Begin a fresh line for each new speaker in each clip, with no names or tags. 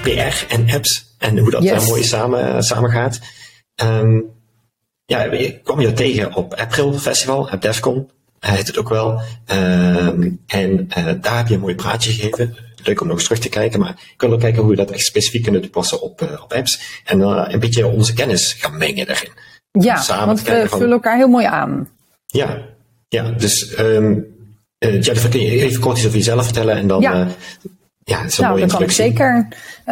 PR en apps en hoe dat mooi samen gaat. Ik kwam je tegen op April Festival, AppDevCon, heet het ook wel. Daar heb je een mooi praatje gegeven. Leuk om nog eens terug te kijken, maar ik wil ook kijken hoe we dat echt specifiek kunnen toepassen op apps. En een beetje onze kennis gaan mengen daarin.
Ja, want we vullen elkaar heel mooi aan.
Ja, dus Jennifer, kun je even kort iets over jezelf vertellen en dan... dat is een mooie
dat kan ik zeker.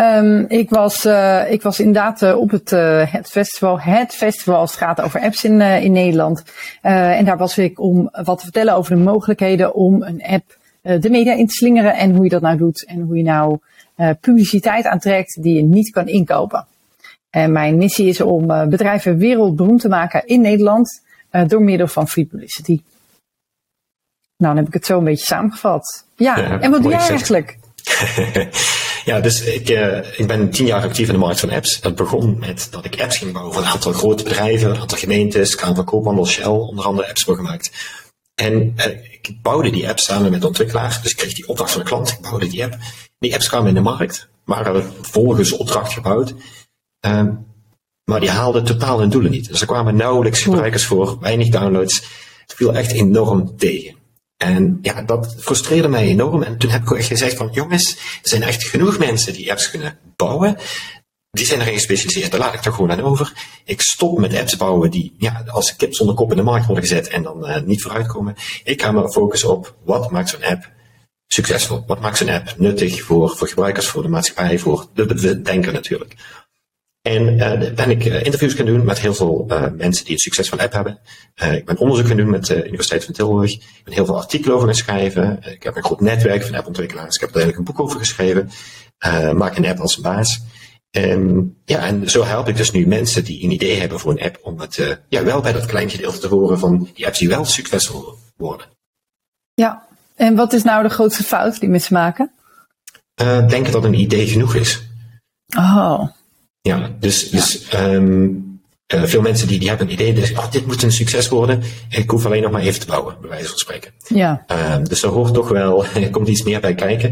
Ik was inderdaad op het festival. Het festival als het gaat over apps in Nederland. En daar was ik om wat te vertellen over de mogelijkheden om een app de media in te slingeren. En hoe je dat nou doet. En hoe je nou publiciteit aantrekt die je niet kan inkopen. En mijn missie is om bedrijven wereldberoemd te maken in Nederland. Door middel van free publicity. Nou, dan heb ik het zo een beetje samengevat. En wat doe jij eigenlijk?
Dus ik ben 10 jaar actief in de markt van apps. Dat begon met dat ik apps ging bouwen voor een aantal grote bedrijven, een aantal gemeentes, Kamer van Koophandel, Shell, onder andere apps voor gemaakt. En ik bouwde die apps samen met de ontwikkelaar, dus ik kreeg die opdracht van de klant, ik bouwde die app. Die apps kwamen in de markt, waren volgens opdracht gebouwd, maar die haalden totaal hun doelen niet. Dus er kwamen nauwelijks gebruikers voor, weinig downloads. Het viel echt enorm tegen. En dat frustreerde mij enorm. En toen heb ik echt gezegd van, jongens, er zijn echt genoeg mensen die apps kunnen bouwen. Die zijn erin gespecialiseerd, daar laat ik toch gewoon aan over. Ik stop met apps bouwen die als kip zonder kop in de markt worden gezet en dan niet vooruitkomen. Ik ga me focussen op, wat maakt zo'n app succesvol? Wat maakt zo'n app nuttig voor gebruikers, voor de maatschappij, voor de denker natuurlijk. En ben ik interviews gaan doen met heel veel mensen die een succesvolle app hebben. Ik ben onderzoek gaan doen met de Universiteit van Tilburg. Ik ben heel veel artikelen over gaan schrijven. Ik heb een groot netwerk van appontwikkelaars. Ik heb er eigenlijk een boek over geschreven. Maak een app als een baas. En zo help ik dus nu mensen die een idee hebben voor een app om het wel bij dat klein gedeelte te horen van die apps die wel succesvol worden. Ja,
en wat is nou de grootste fout die mensen maken?
Denken dat een idee genoeg is.
Oh.
Ja, dus veel mensen die hebben een idee, dus dit moet een succes worden. Ik hoef alleen nog maar even te bouwen, bij wijze van spreken.
Ja.
Dus er hoort toch wel, er komt iets meer bij kijken.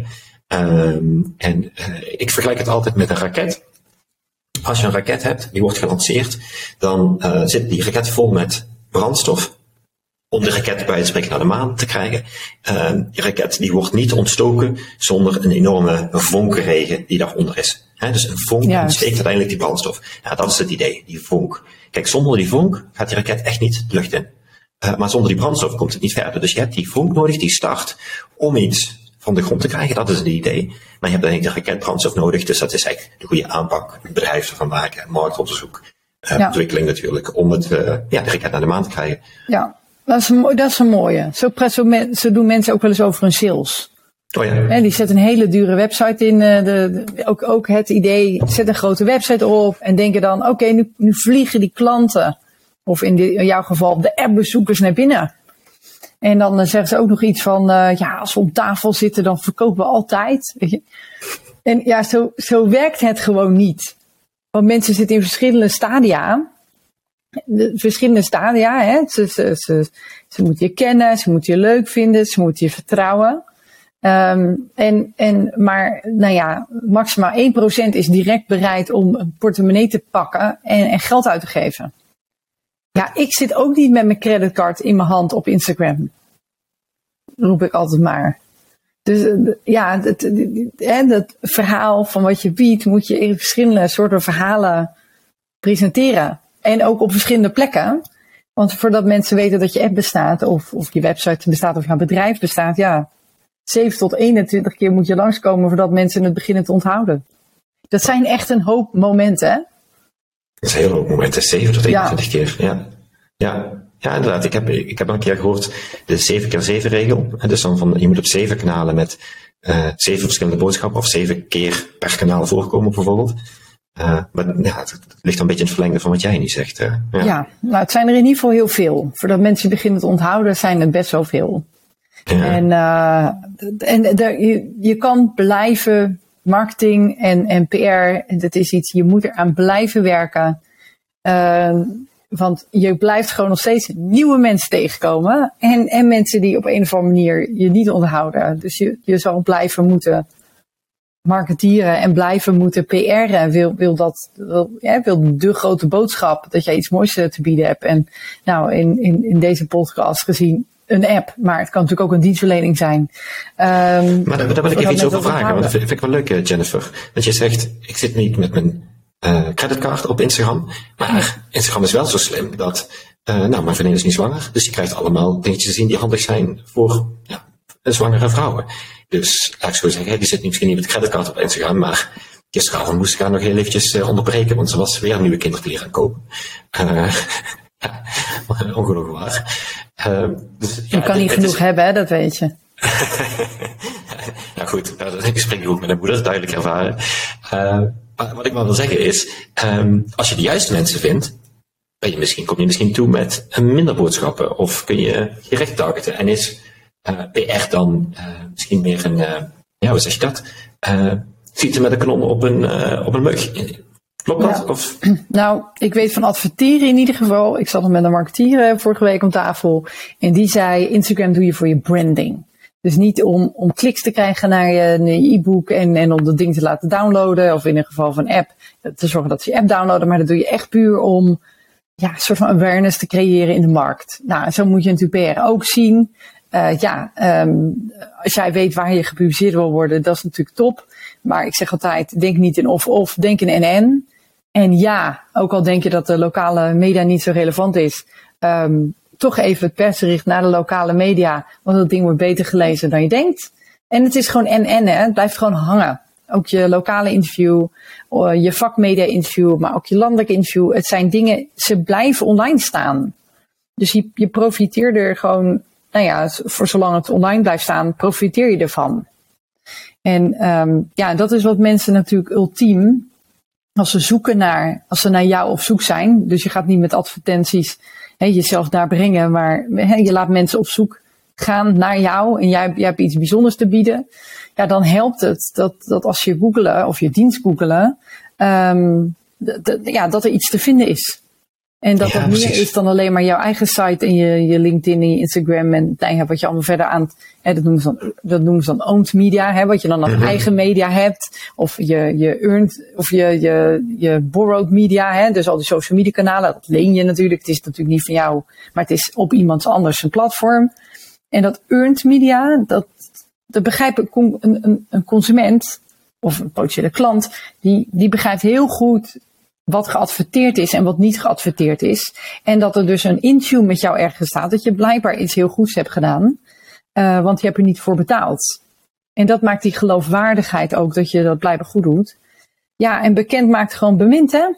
Ik vergelijk het altijd met een raket. Als je een raket hebt, die wordt gelanceerd, dan zit die raket vol met brandstof. Om de raket bij wijze van spreken naar de maan te krijgen. Die raket die wordt niet ontstoken zonder een enorme vonkenregen die daaronder is. Dus een vonk ontsteekt uiteindelijk die brandstof. Ja, dat is het idee, die vonk. Kijk, zonder die vonk gaat die raket echt niet de lucht in. Maar zonder die brandstof komt het niet verder. Dus je hebt die vonk nodig, die start, om iets van de grond te krijgen. Dat is het idee. Maar je hebt eigenlijk de raketbrandstof nodig. Dus dat is eigenlijk de goede aanpak. Een bedrijf ervan maken, marktonderzoek, ontwikkeling natuurlijk. Om het, de raket naar de maan te krijgen.
Ja, dat is een mooie. Zo doen mensen ook wel eens over hun sales.
Oh ja.
En die zet een hele dure website in. Ook het idee, zet een grote website op. En denken dan, oké, nu vliegen die klanten. Of in jouw geval de appbezoekers naar binnen. En dan zeggen ze ook nog iets van, als we om tafel zitten, dan verkopen we altijd. Weet je? En zo werkt het gewoon niet. Want mensen zitten in verschillende stadia. Hè. Ze moeten je kennen, ze moeten je leuk vinden, ze moeten je vertrouwen. Maar maximaal 1% is direct bereid om een portemonnee te pakken en geld uit te geven. Ja, ik zit ook niet met mijn creditcard in mijn hand op Instagram. Roep ik altijd maar. Dus dat verhaal van wat je biedt, moet je in verschillende soorten verhalen presenteren. En ook op verschillende plekken. Want voordat mensen weten dat je app bestaat, of je website bestaat, of jouw bedrijf bestaat, 7 tot 21 keer moet je langskomen voordat mensen het beginnen te onthouden. Dat zijn echt een hoop momenten, hè?
Dat is een hele hoop momenten, 7 tot 21 keer. Ja, inderdaad. Ik heb al een keer gehoord de 7x7 regel. Dus dan je moet op 7 kanalen met 7 verschillende boodschappen of 7 keer per kanaal voorkomen bijvoorbeeld. Maar het ligt een beetje in het verlengde van wat jij nu zegt.
Nou, het zijn er in ieder geval heel veel. Voordat mensen beginnen te onthouden zijn het best wel veel. Ja. Je kan blijven marketing en PR, dat is iets, je moet eraan blijven werken. Want je blijft gewoon nog steeds nieuwe mensen tegenkomen. En mensen die op een of andere manier je niet onthouden. Dus je zal blijven moeten marketieren en blijven moeten PR'en. Wil de grote boodschap dat jij iets moois te bieden hebt. En nou, in deze podcast gezien een app, maar het kan natuurlijk ook een dienstverlening zijn.
Maar daar wil ik even iets over vragen, want dat vind ik wel leuk, Jennifer. Dat je zegt, ik zit niet met mijn creditcard op Instagram, maar Instagram is wel zo slim dat, mijn vriendin is niet zwanger, dus die krijgt allemaal dingetjes te zien die handig zijn voor zwangere vrouwen. Dus laat ik zo zeggen, die zit misschien niet met de creditcard op Instagram, maar gisteravond moest ik haar nog heel eventjes onderbreken, want ze was weer een nieuwe kinderkleren aan het kopen. Ongelooflijk waar.
Dus, je kan niet genoeg hebben, hè, dat weet je.
Ja goed, ik spreek goed met mijn moeder, duidelijk ervaren. Maar wat ik wel wil zeggen is, als je de juiste mensen vindt, kom je misschien toe met minder boodschappen, of kun je direct targeten. En is PR dan misschien meer hoe zeg je dat? Schieten met een kanon op een mug. Klopt dat? Ja. Of?
Nou, ik weet van adverteren in ieder geval. Ik zat nog met een marketeer vorige week om tafel. En die zei, Instagram doe je voor je branding. Dus niet om kliks te krijgen naar je e-book en om dat ding te laten downloaden. Of in een geval van app, te zorgen dat ze je app downloaden. Maar dat doe je echt puur om een soort van awareness te creëren in de markt. Nou, zo moet je natuurlijk PR ook zien. Als jij weet waar je gepubliceerd wil worden, dat is natuurlijk top. Maar ik zeg altijd, denk niet in of, denk in en. En ja, ook al denk je dat de lokale media niet zo relevant is, toch even het persbericht naar de lokale media, want dat ding wordt beter gelezen dan je denkt. En het is gewoon en, hè. Het blijft gewoon hangen. Ook je lokale interview, je vakmedia interview, maar ook je landelijk interview. Het zijn dingen, ze blijven online staan. Dus je profiteert er gewoon, voor zolang het online blijft staan, profiteer je ervan. En dat is wat mensen natuurlijk ultiem, als ze naar jou op zoek zijn. Dus je gaat niet met advertenties jezelf daar brengen, maar je laat mensen op zoek gaan naar jou en jij hebt iets bijzonders te bieden. Ja, dan helpt het dat als je googelen of je dienst googelen, dat er iets te vinden is. En dat dat meer is dan alleen maar jouw eigen site en je LinkedIn en je Instagram en wat je allemaal verder aan, dat noemen ze dan owned media, wat je dan als eigen media hebt, of je earned, of je borrowed media, dus al die social media kanalen, dat leen je natuurlijk, het is natuurlijk niet van jou, maar het is op iemands anders een platform. En dat earned media, dat begrijpt een consument of een potentiële klant, die begrijpt heel goed wat geadverteerd is en wat niet geadverteerd is. En dat er dus een intune met jou ergens staat, dat je blijkbaar iets heel goeds hebt gedaan, want je hebt er niet voor betaald. En dat maakt die geloofwaardigheid ook, dat je dat blijkbaar goed doet. Ja, en bekend maakt gewoon bemind, hè?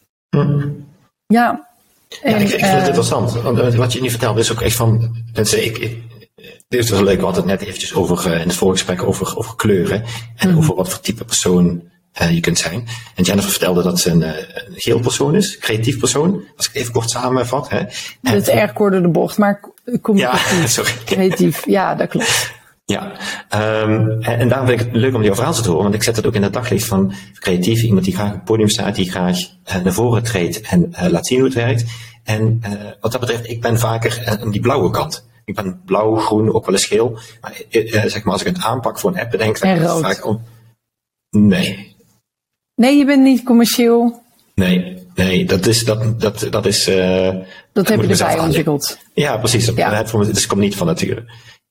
Ja.
En, ik vind het interessant, want wat je nu vertelt is ook echt van, dit is wel leuk, we hadden het net eventjes over, in het voorgesprek over kleuren en over wat voor type persoon je kunt zijn. En Jennifer vertelde dat ze een geel persoon is, creatief persoon, als ik het even kort samenvat.
Dat is erg kort door de bocht, maar creatief, ja, dat klopt.
Ja, en daarom vind ik het leuk om jouw verhaal te horen, want ik zet het ook in het daglicht van creatief, iemand die graag op het podium staat, die graag naar voren treedt en laat zien hoe het werkt. En wat dat betreft, ik ben vaker aan die blauwe kant. Ik ben blauw, groen, ook wel eens geel. Maar zeg maar, als ik een aanpak voor een app bedenk, dan
en rood.
Vaak om. Nee.
Nee, je bent niet commercieel.
Nee, dat is. Dat heb
je erbij ontwikkeld.
Ja, precies. Ja. Dus het komt niet van nature.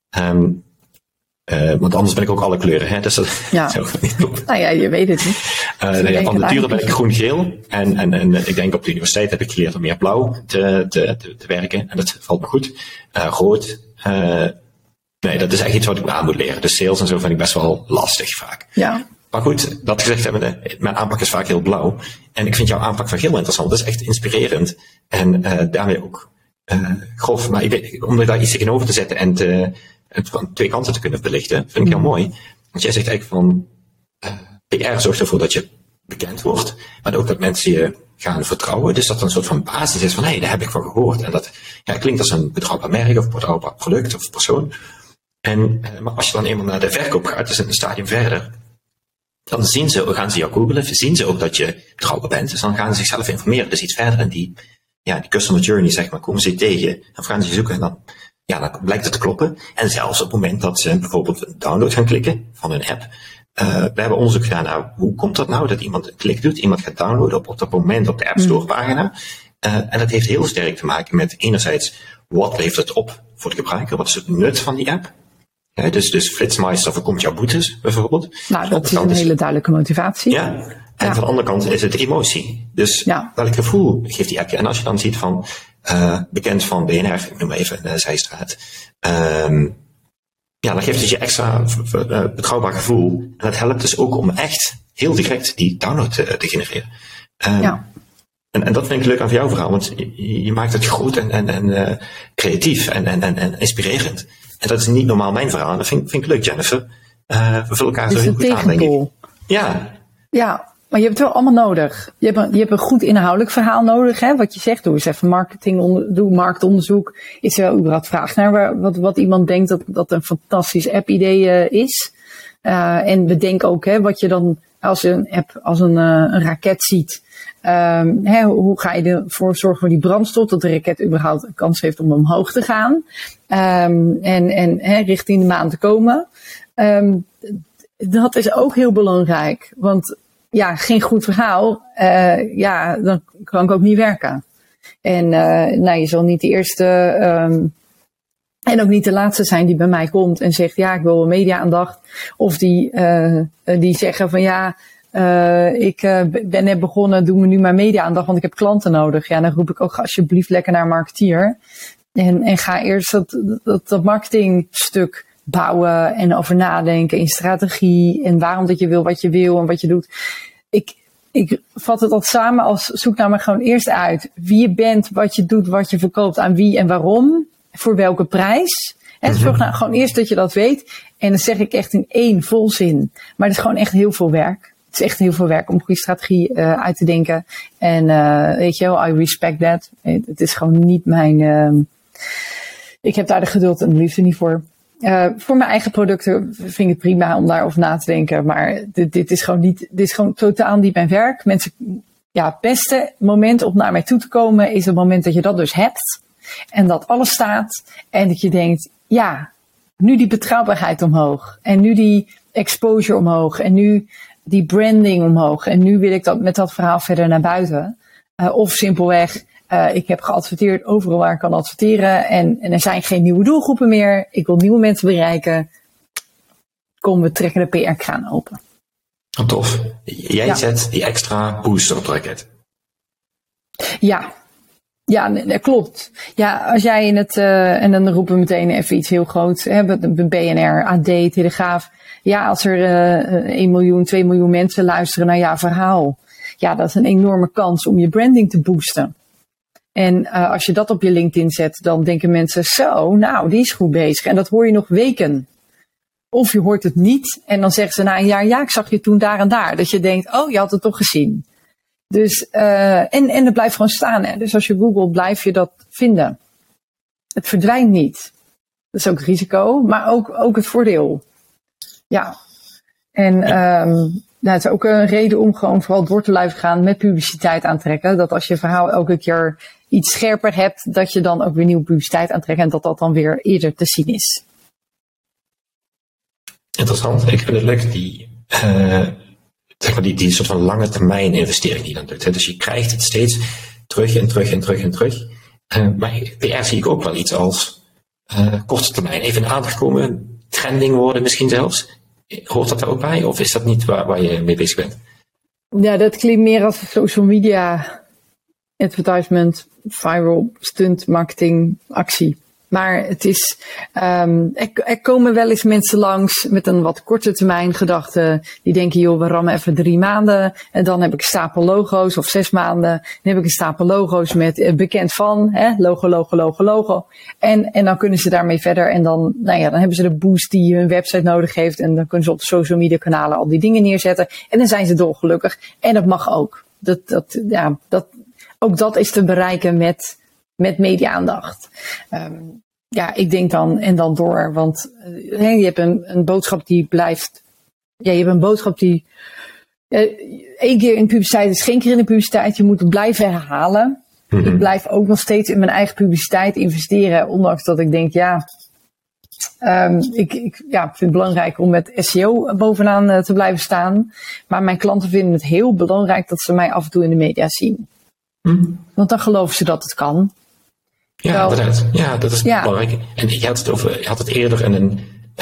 Want anders ben ik ook alle kleuren, hè? Dus dat zou niet kloppen.
Nou ja, je weet het niet.
Van nature ben ik groen-geel. En ik denk op de universiteit heb ik geleerd om meer blauw te werken. En dat valt me goed. Rood. Nee, dat is echt iets wat ik me aan moet leren. Dus sales en zo vind ik best wel lastig vaak.
Ja.
Maar goed, dat gezegd hebben, mijn aanpak is vaak heel blauw. En ik vind jouw aanpak van geel interessant. Dat is echt inspirerend. En daarmee ook grof. Maar om er daar iets tegenover te zetten en het van twee kanten te kunnen belichten, vind ik heel mooi. Want jij zegt eigenlijk van PR zorgt ervoor dat je bekend wordt, maar ook dat mensen je gaan vertrouwen. Dus dat er een soort van basis is van, daar heb ik van gehoord. En dat klinkt als een betrouwbaar merk of betrouwbaar product of persoon. Maar als je dan eenmaal naar de verkoop gaat, dus een stadium verder, dan gaan ze jou googlen, zien ze ook dat je betrouwbaar bent. Dus dan gaan ze zichzelf informeren. Dus iets verder in die customer journey, zeg maar, komen ze tegen. Dan gaan ze je zoeken en dan blijkt het te kloppen. En zelfs op het moment dat ze bijvoorbeeld een download gaan klikken van een app, we hebben onderzoek gedaan naar hoe komt dat nou dat iemand een klik doet, iemand gaat downloaden op dat moment op de App Store pagina. En dat heeft heel sterk te maken met enerzijds, wat levert het op voor de gebruiker? Wat is het nut van die app? Dus Flitsmeister voorkomt jouw boetes, bijvoorbeeld.
Nou, dat is een hele duidelijke motivatie.
Ja, en van de andere kant is het emotie. Dus welk gevoel geeft die app je? En als je dan ziet van, bekend van BNR, ik noem even een zijstraat, dan geeft het je extra betrouwbaar gevoel. En dat helpt dus ook om echt heel direct die download te genereren. En dat vind ik leuk aan jouw verhaal, want je maakt het groot en creatief en inspirerend. En dat is niet normaal mijn verhaal. Dat vind ik leuk, Jennifer. We vullen elkaar zo heel goed aan, denk ik.
Ja, maar je hebt het wel allemaal nodig. Je hebt een goed inhoudelijk verhaal nodig. Hè? Wat je zegt, doe eens even marktonderzoek. Is er überhaupt vraag naar wat iemand denkt dat een fantastisch app-idee is. En bedenk ook wat je dan als een app als een raket ziet. Hoe ga je ervoor zorgen voor die brandstof, dat de raket überhaupt een kans heeft om omhoog te gaan. En richting de maan te komen. Dat is ook heel belangrijk. Want geen goed verhaal, dan kan ik ook niet werken. En je zal niet de eerste en ook niet de laatste zijn die bij mij komt en zegt, ik wil media-aandacht. Of die zeggen van ik ben net begonnen, doe me nu maar media-aandacht, want ik heb klanten nodig. Ja, dan roep ik ook alsjeblieft lekker naar een marketeer. En ga eerst dat marketingstuk bouwen en over nadenken in strategie en waarom dat je wil wat je wil en wat je doet. Ik vat het altijd samen als zoek nou maar gewoon eerst uit wie je bent, wat je doet, wat je verkoopt, aan wie en waarom, voor welke prijs. En zorg nou gewoon eerst dat je dat weet. En dat zeg ik echt in 1 volzin. Maar het is gewoon echt heel veel werk. Het is echt heel veel werk om goede strategie uit te denken. En weet je wel, I respect that. Het is gewoon niet mijn... ik heb daar de geduld en de liefde niet voor. Voor mijn eigen producten vind ik het prima om daarover na te denken. Maar dit is gewoon totaal niet mijn werk. Mensen, het beste moment om naar mij toe te komen is het moment dat je dat dus hebt. En dat alles staat. En dat je denkt, nu die betrouwbaarheid omhoog. En nu die exposure omhoog. En nu die branding omhoog. En nu wil ik dat met dat verhaal verder naar buiten. Of simpelweg, ik heb geadverteerd overal waar ik kan adverteren. En er zijn geen nieuwe doelgroepen meer. Ik wil nieuwe mensen bereiken. Kom, we trekken de PR-kraan open.
Wat tof. Jij zet die extra booster op de raket.
Ja, dat klopt. Ja, als jij in het, en dan roepen we meteen even iets heel groots, BNR, AD, Telegraaf. Ja, als er 1 miljoen, 2 miljoen mensen luisteren naar jouw verhaal. Ja, dat is een enorme kans om je branding te boosten. En als je dat op je LinkedIn zet, dan denken mensen die is goed bezig. En dat hoor je nog weken. Of je hoort het niet en dan zeggen ze na een jaar, ik zag je toen daar en daar. Dat je denkt, je had het toch gezien. Dus, en het blijft gewoon staan. Hè? Dus als je googelt, blijf je dat vinden. Het verdwijnt niet. Dat is ook het risico, maar ook het voordeel. Ja. En het is ook een reden om gewoon vooral door te blijven gaan met publiciteit aantrekken. Dat als je verhaal elke keer iets scherper hebt, dat je dan ook weer nieuwe publiciteit aantrekt en dat dan weer eerder te zien is.
Interessant. Ik vind het leuk die soort van lange termijn investering die je dan doet. Hè? Dus je krijgt het steeds terug en terug en terug en terug. Maar PR zie ik ook wel iets als korte termijn. Even in aandacht komen, trending worden misschien zelfs. Hoort dat er ook bij? Of is dat niet waar je mee bezig bent?
Ja, dat klinkt meer als social media advertisement, viral, stunt, marketing, actie. Maar het is, er komen wel eens mensen langs met een wat korte termijn gedachte. Die denken, we rammen even 3 maanden. En dan heb ik een stapel logo's of 6 maanden. Dan heb ik een stapel logo's met bekend van, logo. En dan kunnen ze daarmee verder. En dan hebben ze de boost die hun website nodig heeft. En dan kunnen ze op de social media kanalen al die dingen neerzetten. En dan zijn ze dolgelukkig. En dat mag ook. Ook dat is te bereiken met media-aandacht. Ik denk dan en dan door, want je hebt een boodschap die blijft. Ja, je hebt een boodschap die 1 keer in publiciteit is geen keer in de publiciteit. Je moet het blijven herhalen. Ik blijf ook nog steeds in mijn eigen publiciteit investeren, ondanks dat ik denk, Ik vind het belangrijk om met SEO bovenaan te blijven staan. Maar mijn klanten vinden het heel belangrijk dat ze mij af en toe in de media zien. Want dan geloven ze dat het kan.
Ja, inderdaad. Ja, dat is belangrijk. En je had het eerder in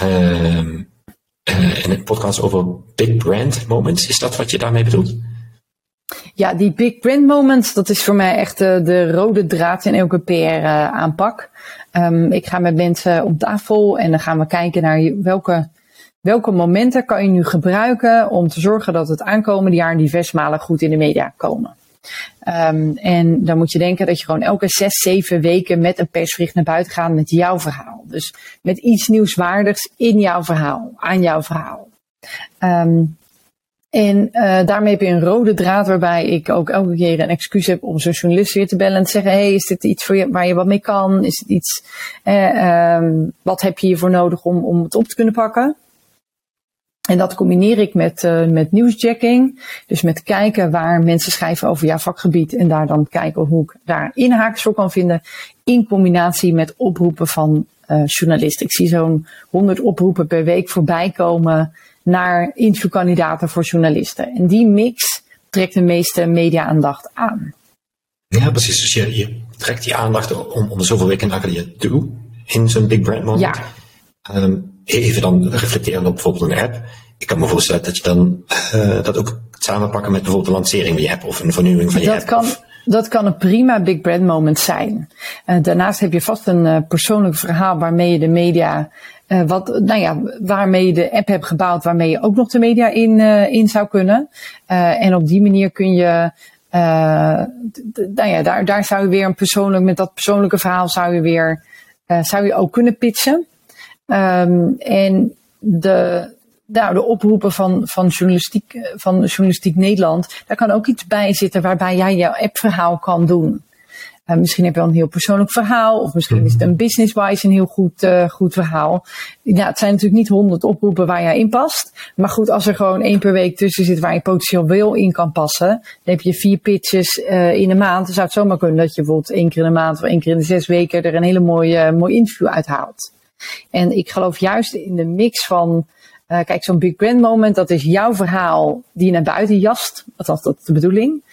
een podcast over big brand moments. Is dat wat je daarmee bedoelt?
Ja, die big brand moments, dat is voor mij echt de rode draad in elke PR aanpak. Ik ga met mensen om tafel en dan gaan we kijken naar welke momenten kan je nu gebruiken om te zorgen dat het aankomende jaar divers malen goed in de media komen. En dan moet je denken dat je gewoon elke 6-7 weken met een persbericht naar buiten gaat met jouw verhaal. Dus met iets nieuwswaardigs in jouw verhaal, aan jouw verhaal. Daarmee heb je een rode draad waarbij ik ook elke keer een excuus heb om zo'n journalist weer te bellen en te zeggen, hey, is dit iets voor je, waar je wat mee kan? Is het iets, wat heb je hiervoor nodig om het op te kunnen pakken? En dat combineer ik met nieuwsjacking. Dus met kijken waar mensen schrijven over jouw vakgebied. En daar dan kijken hoe ik daar inhaakjes voor kan vinden. In combinatie met oproepen van journalisten. Ik zie zo'n 100 oproepen per week voorbij komen naar interviewkandidaten voor journalisten. En die mix trekt de meeste media-aandacht aan.
Ja, precies. Dus je trekt die aandacht om de zoveel weken naar je toe in zo'n big brand moment. Ja. Even dan reflecteren op bijvoorbeeld een app. Ik kan me voorstellen dat je dan dat ook samenpakken met bijvoorbeeld de lancering die je hebt of een vernieuwing van je app.
Dat kan een prima big brand moment zijn. Daarnaast heb je vast een persoonlijk verhaal waarmee je de media, waarmee je de app hebt gebouwd, waarmee je ook nog de media in zou kunnen. En op die manier kun je, daar zou je weer met dat persoonlijke verhaal zou je ook kunnen pitchen. En de oproepen van Journalistiek Nederland, daar kan ook iets bij zitten waarbij jij jouw appverhaal kan doen. Misschien heb je wel een heel persoonlijk verhaal, of misschien is het een business-wise een heel goed verhaal. Ja, het zijn natuurlijk niet 100 oproepen waar jij in past. Maar goed, als er gewoon 1 per week tussen zit waar je potentieel wel in kan passen, dan heb je 4 pitches in een maand. Dan zou het zomaar kunnen dat je bijvoorbeeld 1 keer in de maand of 1 keer in de 6 weken er een hele mooi interview uithaalt. En ik geloof juist in de mix van, kijk, zo'n big brand moment, dat is jouw verhaal die je naar buiten jast. Althans, dat is de bedoeling.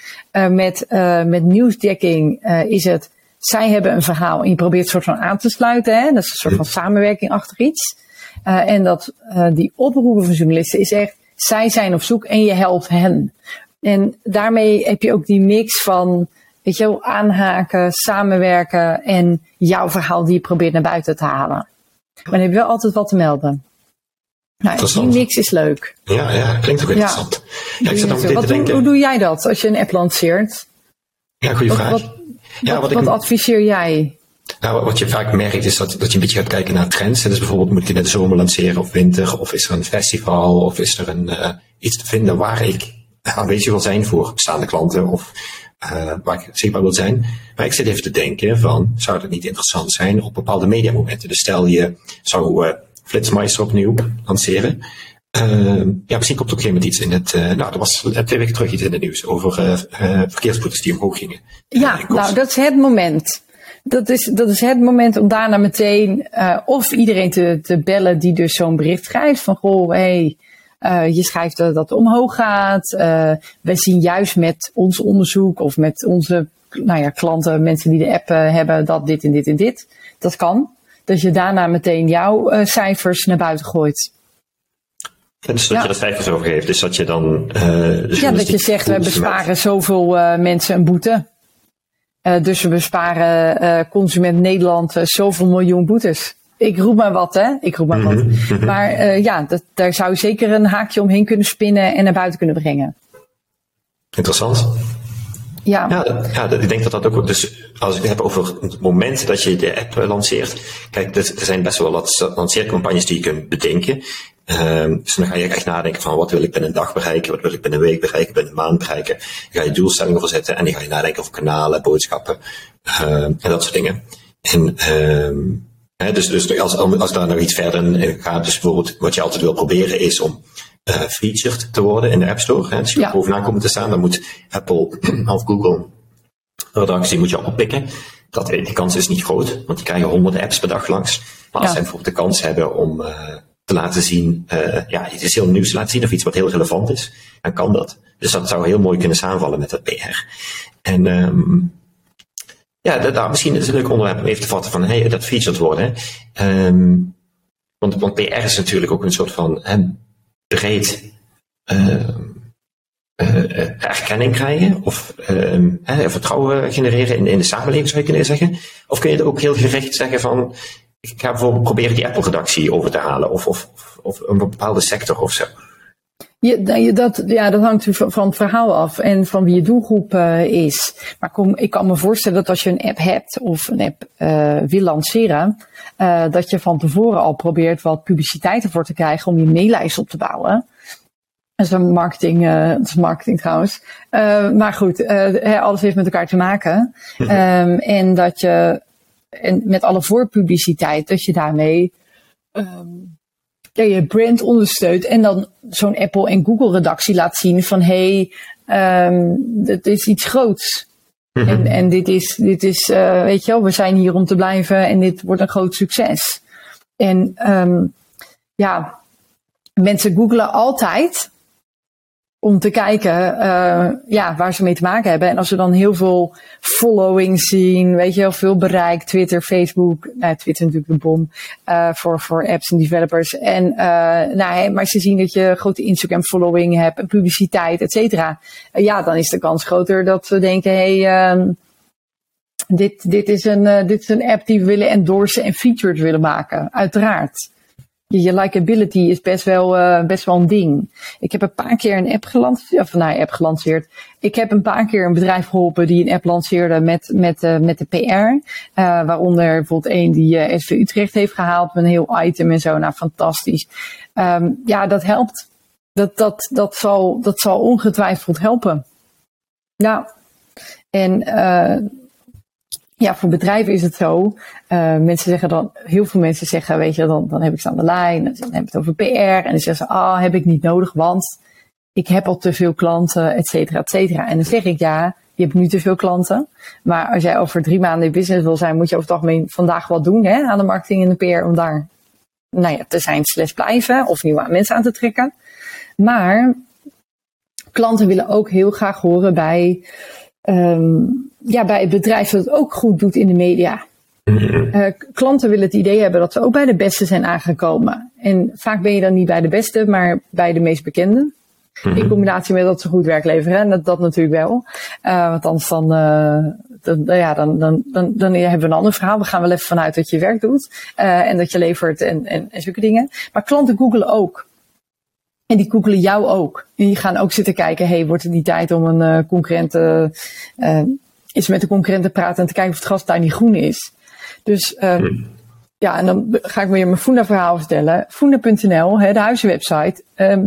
Met nieuwsdekking is het, zij hebben een verhaal en je probeert het soort van aan te sluiten. Hè? Dat is een soort van samenwerking achter iets. En die oproepen van journalisten is echt, zij zijn op zoek en je helpt hen. En daarmee heb je ook die mix van, weet je wel, aanhaken, samenwerken en jouw verhaal die je probeert naar buiten te halen. Maar dan heb je wel altijd wat te melden. Nou, die mix is leuk.
Ja, klinkt ook interessant. Ja, ik zit nog meteen te denken.
Hoe doe jij dat als je een app lanceert?
Ja, goede vraag.
Wat adviseer jij?
Nou, wat je vaak merkt is dat je een beetje gaat kijken naar trends. Dus bijvoorbeeld moet je net de zomer lanceren of winter, of is er een festival, of is er iets te vinden waar ik aanwezig wil zijn voor bestaande klanten, of waar ik zichtbaar wil zijn. Maar ik zit even te denken van, zou het niet interessant zijn op bepaalde mediamomenten? Dus stel je zou Flitsmeister opnieuw lanceren. Misschien komt er op een gegeven moment iets in het, er was 2 weken terug iets in het nieuws over verkeersboetes die omhoog gingen.
Ja, dat is het moment. Dat is het moment om daarna meteen of iedereen te bellen die dus zo'n bericht schrijft van, goh, hey, je schrijft dat het omhoog gaat. Wij zien juist met ons onderzoek of met onze klanten, mensen die de app hebben, dat dit en dit en dit. Dat kan. Dat je daarna meteen jouw cijfers naar buiten gooit.
Dus dat je er cijfers over geeft. Dus dat je dan...
dat je zegt, we besparen zoveel mensen een boete. Dus we besparen Consument Nederland zoveel miljoen boetes. Ik roep maar wat, hè. Maar daar zou je zeker een haakje omheen kunnen spinnen en naar buiten kunnen brengen.
Interessant.
Ja,
ik denk dat ook, dus als ik het heb over het moment dat je de app lanceert, kijk, er zijn best wel wat lanceercampagnes die je kunt bedenken. Dus dan ga je echt nadenken van, wat wil ik binnen een dag bereiken, wat wil ik binnen een week bereiken, binnen een maand bereiken. Dan ga je doelstellingen voor zetten en dan ga je nadenken over kanalen, boodschappen, en dat soort dingen. En dus als daar nog iets verder in gaat, dus bijvoorbeeld wat je altijd wil proberen is om featured te worden in de App Store. Hè. Dus je moet bovenaan komen te staan, dan moet Apple of Google redactie moet je oppikken. die kans is niet groot, want die krijgen honderden apps per dag langs. Maar als zij bijvoorbeeld de kans hebben om te laten zien, iets heel nieuws te laten zien of iets wat heel relevant is, dan kan dat. Dus dat zou heel mooi kunnen samenvallen met dat PR. En misschien is het een leuk onderwerp om even te vatten van, dat featured worden. Want PR is natuurlijk ook een soort van breed erkenning krijgen of vertrouwen genereren in de samenleving, zou je kunnen zeggen. Of kun je het ook heel gericht zeggen van, ik ga bijvoorbeeld proberen die Apple-redactie over te halen of een bepaalde sector of zo.
Dat hangt natuurlijk van het verhaal af en van wie je doelgroep is. Maar ik kan me voorstellen dat als je een app hebt of een app wil lanceren, dat je van tevoren al probeert wat publiciteit ervoor te krijgen om je maillijst op te bouwen. Dat is marketing trouwens. Maar goed, alles heeft met elkaar te maken. En dat je met alle voorpubliciteit, dat je daarmee je brand ondersteunt en dan zo'n Apple en Google redactie laat zien van dit is iets groots. En dit is weet je wel, we zijn hier om te blijven en dit wordt een groot succes. En mensen googlen altijd om te kijken waar ze mee te maken hebben. En als ze dan heel veel following zien, weet je wel, veel bereik, Twitter, Facebook, Twitter natuurlijk de bom, voor apps en developers. En, maar ze zien dat je grote Instagram following hebt en publiciteit, et cetera. Dan is de kans groter dat ze denken, dit is een app die we willen endorsen en featured willen maken. Uiteraard. Je likability is best wel een ding. Ik heb een paar keer een app gelanceerd. Ik heb een paar keer een bedrijf geholpen die een app lanceerde met de PR. Waaronder bijvoorbeeld een die SV Utrecht heeft gehaald met een heel item en zo. Nou, fantastisch. Dat helpt. Dat zal ongetwijfeld helpen. Ja. En voor bedrijven is het zo. Heel veel mensen zeggen, weet je, dan heb ik ze aan de lijn. Dan heb ik het over PR. En dan zeggen ze, heb ik niet nodig, want ik heb al te veel klanten, et cetera, et cetera. En dan zeg ik, je hebt nu te veel klanten. Maar als jij over 3 maanden in business wil zijn, moet je over het algemeen vandaag wat doen, aan de marketing en de PR, om daar, te zijn / blijven of nieuwe mensen aan te trekken. Maar klanten willen ook heel graag horen bij het bedrijf dat het ook goed doet in de media. Klanten willen het idee hebben dat ze ook bij de beste zijn aangekomen. En vaak ben je dan niet bij de beste, maar bij de meest bekende. In combinatie met dat ze goed werk leveren. En dat natuurlijk wel. Want anders dan hebben we een ander verhaal. We gaan wel even vanuit dat je werk doet. En dat je levert en zulke dingen. Maar klanten googelen ook. En die googelen jou ook. En die gaan ook zitten kijken, wordt het niet tijd om een concurrent eens met de concurrent te praten en te kijken of het gras daar niet groen is. Dus en dan ga ik weer mijn Funda verhaal vertellen. Funda.nl, de huizenwebsite.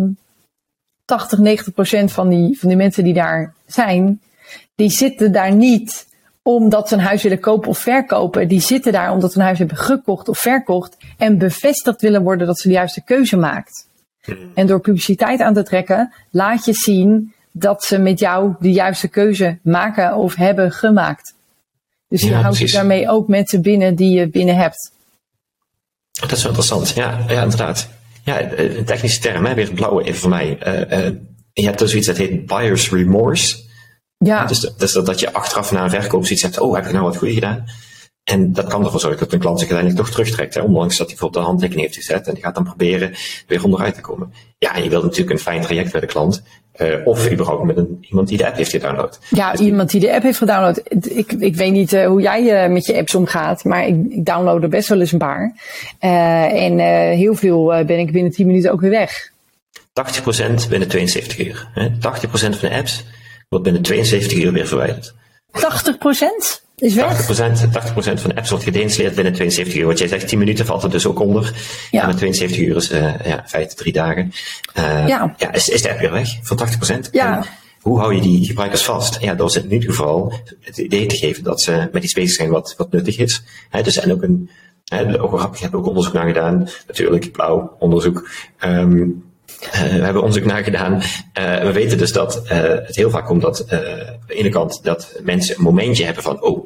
80-90% van die mensen die daar zijn, die zitten daar niet omdat ze een huis willen kopen of verkopen. Die zitten daar omdat ze een huis hebben gekocht of verkocht en bevestigd willen worden dat ze de juiste keuze maakt. En door publiciteit aan te trekken, laat je zien dat ze met jou de juiste keuze maken of hebben gemaakt. Dus je houdt daarmee ook mensen binnen die je binnen hebt.
Dat is wel interessant. Ja, inderdaad. Ja, een technische term, weer het blauwe even voor mij. Je hebt dus zoiets dat heet buyer's remorse. Ja. Dus dat je achteraf na een verkoop zoiets hebt, heb ik nou wat goed gedaan? En dat kan ervoor zorgen dat een klant zich uiteindelijk toch terugtrekt. Ondanks dat hij bijvoorbeeld de handtekening heeft gezet. En die gaat dan proberen weer onderuit te komen. Ja, en je wilt natuurlijk een fijn traject bij de klant. Of überhaupt met iemand die de app heeft gedownload. Ja, dus
iemand die de app heeft gedownload. Ik weet niet hoe jij met je apps omgaat. Maar ik download er best wel eens een paar. En heel veel ben ik binnen 10 minuten ook weer weg.
80% binnen 72 uur. 80% van de apps wordt binnen 72 uur weer verwijderd.
80%? Is weg?
80% van de apps wordt gedeinstalleerd binnen 72 uur. Wat jij zegt, 10 minuten valt er dus ook onder. Ja. En met 72 uur is feite 3 dagen. Is de app weer weg voor 80%. Ja. En hoe hou je die gebruikers vast? Ja, door ze in ieder geval het idee te geven dat ze met iets bezig zijn wat nuttig is. Dus en ook ik heb ook onderzoek naar gedaan. Natuurlijk, blauw onderzoek. We hebben onderzoek naar gedaan. We weten dus dat het heel vaak komt dat aan de ene kant dat mensen een momentje hebben van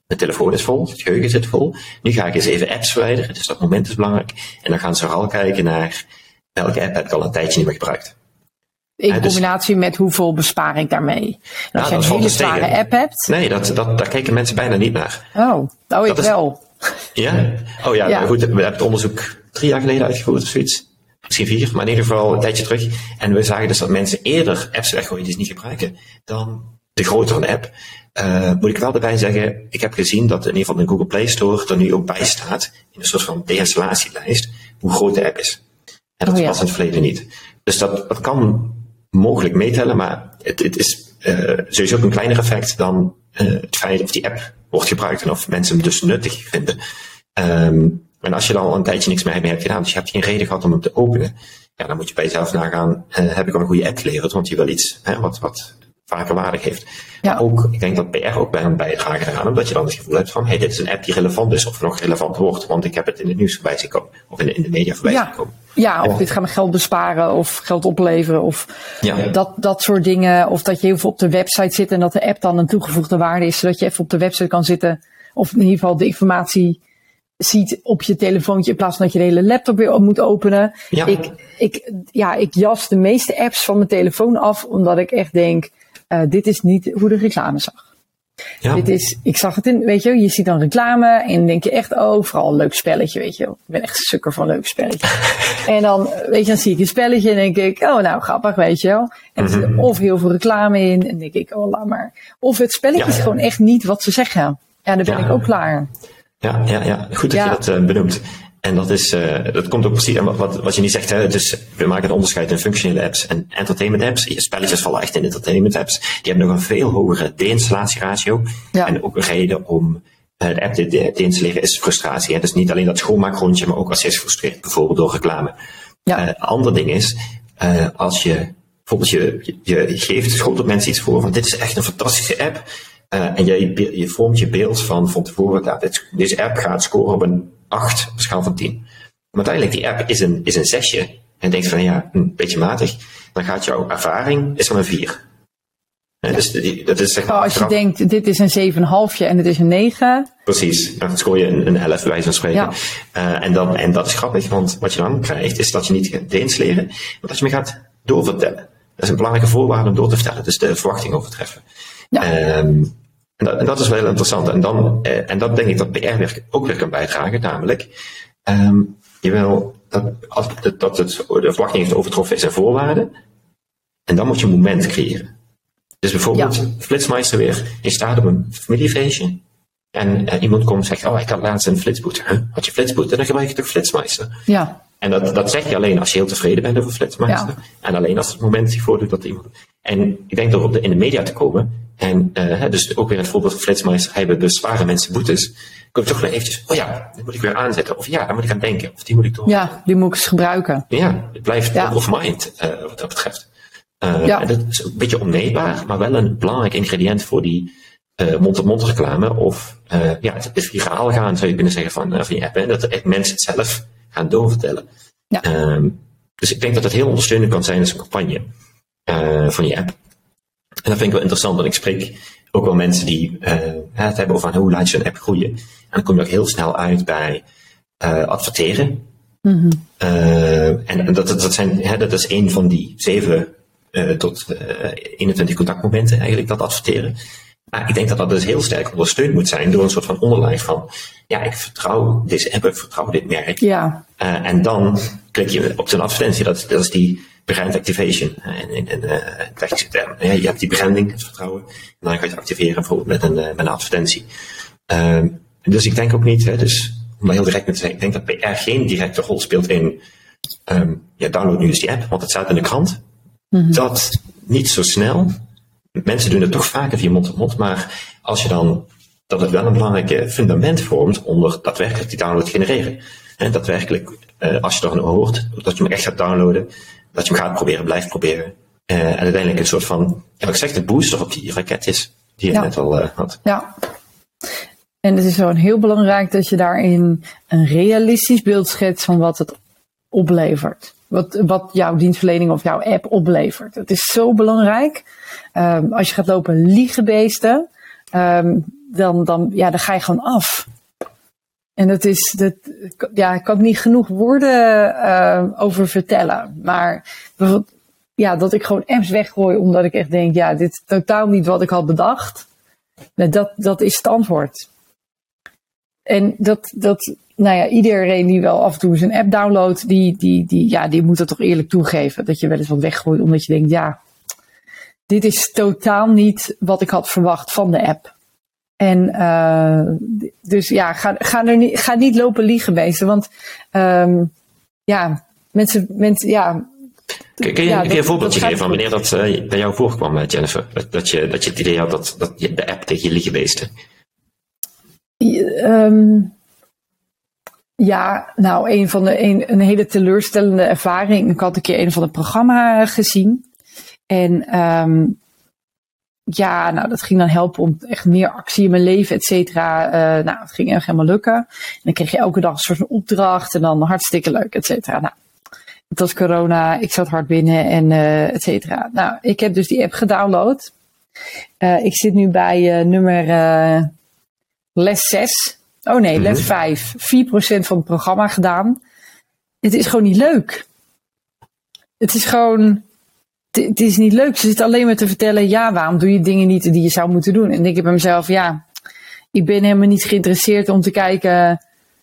mijn telefoon is vol, het geheugen zit vol. Nu ga ik eens even apps verwijderen, dus dat moment is belangrijk. En dan gaan ze vooral kijken naar welke app heb ik al een tijdje niet meer gebruikt.
In combinatie met hoeveel bespaar ik daarmee. En als je een hele zware app hebt.
Nee, daar kijken mensen bijna niet naar.
Ik wel.
Ja? Oh ja, goed. We hebben het onderzoek 3 jaar geleden uitgevoerd of zoiets. Misschien 4, maar in ieder geval een tijdje terug. En we zagen dus dat mensen eerder apps weggooien die ze niet gebruiken dan de grotere app. Moet ik wel erbij zeggen, ik heb gezien dat in ieder geval in de Google Play Store er nu ook bij staat, in een soort van deinstallatielijst, hoe groot de app is. En dat was in het verleden niet. Dus dat kan mogelijk meetellen, maar het is sowieso ook een kleiner effect dan het feit of die app wordt gebruikt en of mensen hem dus nuttig vinden. En als je dan al een tijdje niks meer hebt gedaan, dus je hebt geen reden gehad om hem te openen, ja, dan moet je bij jezelf nagaan, heb ik al een goede app geleverd, want je wil iets wat vaker waarde heeft. Ja. Maar ook, ik denk dat PR ook bij een bijdrage eraan, omdat je dan het gevoel hebt van, dit is een app die relevant is, of nog relevant wordt, want ik heb het in het nieuws voorbij zien komen, of in de media voorbij zien komen.
Ja, of dit gaat me geld besparen, of geld opleveren, of dat soort dingen. Of dat je heel veel op de website zit en dat de app dan een toegevoegde waarde is, zodat je even op de website kan zitten, of in ieder geval de informatie ziet op je telefoontje in plaats van dat je de hele laptop weer op moet openen. Ja. Ik jas de meeste apps van mijn telefoon af, omdat ik echt denk, dit is niet hoe de reclame zag. Ja. Ik zag het je ziet dan reclame en dan denk je echt, vooral een leuk spelletje, weet je. Ik ben echt een sukker van leuk spelletje. En dan, dan zie ik een spelletje en denk ik, grappig, weet je wel. En er zit of heel veel reclame in en denk ik, laat maar. Of het spelletje is gewoon echt niet wat ze zeggen. Ja, dan ben ik ook klaar.
Ja. Goed dat je dat benoemt. En dat komt ook precies aan wat je niet zegt. Hè? Dus we maken het onderscheid in functionele apps en entertainment apps. Je spelletjes vallen echt in entertainment apps. Die hebben nog een veel hogere deinstallatieratio. Ja. En ook een reden om de app te installeren is frustratie. Hè? Dus niet alleen dat schoonmaakrondje, maar ook als je is gefrustreerd, bijvoorbeeld door reclame. Ja. Ander ding is, als je bijvoorbeeld je schotelt mensen iets voor van dit is echt een fantastische app. En je vormt je beeld van tevoren dat deze app gaat scoren op een 8 op een schaal van 10. Maar uiteindelijk, die app is een 6. En je denkt van een beetje matig. Dan gaat jouw ervaring is dan een 4. Ja. Dus dat is zeg maar
als je denkt, dit is een 7,5 en het is een 9.
Precies, dan scoor je een 11 bij wijze van spreken. Ja. En dat is grappig, want wat je dan krijgt is dat je niet gaat deinstalleren, maar dat je me gaat doorvertellen. Dat is een belangrijke voorwaarde om door te vertellen, dus de verwachting overtreffen. Ja. En dat is wel interessant. En dat denk ik dat PR-werk ook weer kan bijdragen. Namelijk, je wil dat de verwachting heeft overtroffen is een voorwaarde. En dan moet je een moment creëren. Dus bijvoorbeeld, Flitsmeister weer. Je staat op een familiefeestje. En iemand komt en zegt, ik had laatst een flitsboete. Had je flitsboete? Dan gebruik je toch Flitsmeister? Ja. En dat zeg je alleen als je heel tevreden bent over Flitsmeister. Ja. En alleen als het moment zich voordoet dat iemand... En ik denk door in de media te komen. En dus ook weer het voorbeeld van Flitsmeister. Hij besparen mensen boetes. Kom je toch weer eventjes, die moet ik weer aanzetten. Of daar moet ik aan denken. Of die moet ik toch...
Ja, die moet ik eens gebruiken.
Ja, het blijft top of mind wat dat betreft. En dat is een beetje onneembaar, maar wel een belangrijk ingrediënt voor die mond-op-mond reclame. Of het viraal gaan, zou je kunnen zeggen, van je app. En dat de mensen het zelf gaan doorvertellen. Ja. Dus ik denk dat het heel ondersteunend kan zijn als een campagne van je app. En dat vind ik wel interessant, want ik spreek ook wel mensen die het hebben over hoe laat je een app groeien. En dan kom je ook heel snel uit bij adverteren. Mm-hmm. En dat is een van die 7 tot 21 contactmomenten eigenlijk, dat adverteren. Maar ik denk dat dat dus heel sterk ondersteund moet zijn door een soort van onderlijn van, ik vertrouw deze app, ik vertrouw dit merk. Ja. En dan klik je op zo'n advertentie, dat is die brand activation. In technische termen. Je hebt die branding, het vertrouwen, en dan ga je het activeren bijvoorbeeld met een advertentie. Dus ik denk ook niet, dus om maar heel direct te zeggen, ik denk dat PR geen directe rol speelt in, download nu eens die app, want het staat in de krant. Mm-hmm. Dat niet zo snel. Mensen doen het toch vaker via mond-op-mond, maar als je dan, dat het wel een belangrijk fundament vormt onder daadwerkelijk die download te genereren. En daadwerkelijk, als je er hoort, dat je hem echt gaat downloaden, dat je hem gaat proberen, blijft proberen. En uiteindelijk een soort van, ik zeg de booster op die raket is, die je net al had. Ja.
En het is gewoon heel belangrijk dat je daarin een realistisch beeld schetst van wat het oplevert. Wat jouw dienstverlening of jouw app oplevert. Het is zo belangrijk. Als je gaat lopen liegenbeesten, dan ga je gewoon af. En ik kan niet genoeg woorden over vertellen. Maar dat ik gewoon apps weggooi omdat ik echt denk, dit is totaal niet wat ik had bedacht. Dat is het antwoord. En iedereen die wel af en toe zijn app downloadt, die moet dat toch eerlijk toegeven. Dat je wel eens wat weggooit omdat je denkt, dit is totaal niet wat ik had verwacht van de app. En ga niet lopen liegen, meester. Want mensen.
Kun je een voorbeeldje geven van wanneer dat bij jou voorkwam, Jennifer? Dat je het idee had dat de app tegen je liegen beestte? Een hele teleurstellende ervaring. Ik had een keer een van het programma gezien. En dat ging dan helpen om echt meer actie in mijn leven, et cetera. Het ging echt helemaal lukken. En dan kreeg je elke dag een soort van opdracht en dan hartstikke leuk, et cetera. Nou, het was corona, ik zat hard binnen en et cetera. Nou, ik heb dus die app gedownload. Ik zit nu bij nummer les 6. Oh nee, les 5. 4% van het programma gedaan. Het is gewoon niet leuk. Het is gewoon... Het is niet leuk. Ze zitten alleen maar te vertellen, waarom doe je dingen niet die je zou moeten doen? En ik denk bij mezelf, ik ben helemaal niet geïnteresseerd om te kijken.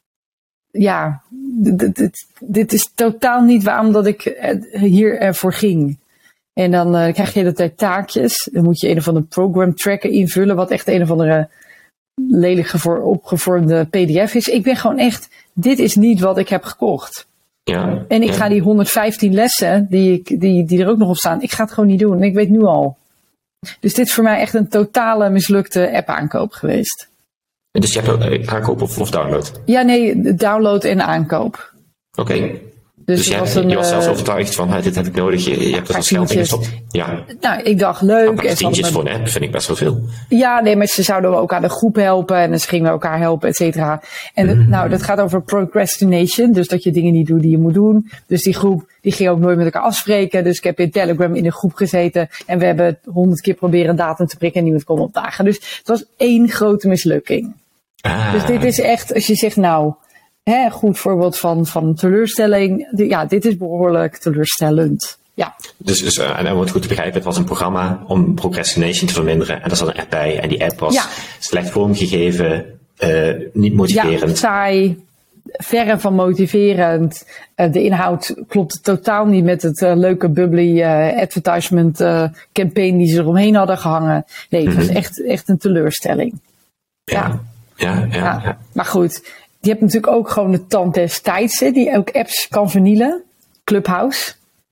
Dit is totaal niet waarom dat ik hier ervoor ging. En dan krijg je de hele tijd taakjes. Dan moet je een of andere program tracker invullen, wat echt een of andere lelijk opgevormde PDF is. Ik ben gewoon echt, dit is niet wat ik heb gekocht. Ja, en ik ga die 115 lessen die er ook nog op staan, ik ga het gewoon niet doen. Ik weet nu al. Dus dit is voor mij echt een totale mislukte app-aankoop geweest. Dus je hebt aankoop of download?
Ja, nee, download en aankoop.
Oké. Dus je was zelfs overtuigd van, dit heb ik nodig, je hebt er als geld in gestopt. Ja.
Nou, ik dacht leuk.
Maar tientjes voor een app vind ik best wel veel.
Ja, nee, maar ze zouden ook aan de groep helpen en ze gingen elkaar helpen, et cetera. En dat gaat over procrastination, dus dat je dingen niet doet die je moet doen. Dus die groep, die ging ook nooit met elkaar afspreken. Dus ik heb in Telegram in een groep gezeten en we hebben 100 keer proberen een datum te prikken en niemand kon opdagen. Dus het was één grote mislukking. Dus dit is echt, als je zegt een goed voorbeeld van teleurstelling. Dit is behoorlijk teleurstellend. Ja.
Dus en om het goed te begrijpen, het was een programma om procrastination te verminderen. En daar zat een app bij. En die app was slecht vormgegeven, niet motiverend.
Ja, saai, verre van motiverend. De inhoud klopte totaal niet met het leuke bubbly advertisement campaign die ze eromheen hadden gehangen. Nee, het was echt een teleurstelling.
Ja.
Maar goed, je hebt natuurlijk ook gewoon de tand des tijds, die ook apps kan vernielen. Clubhouse.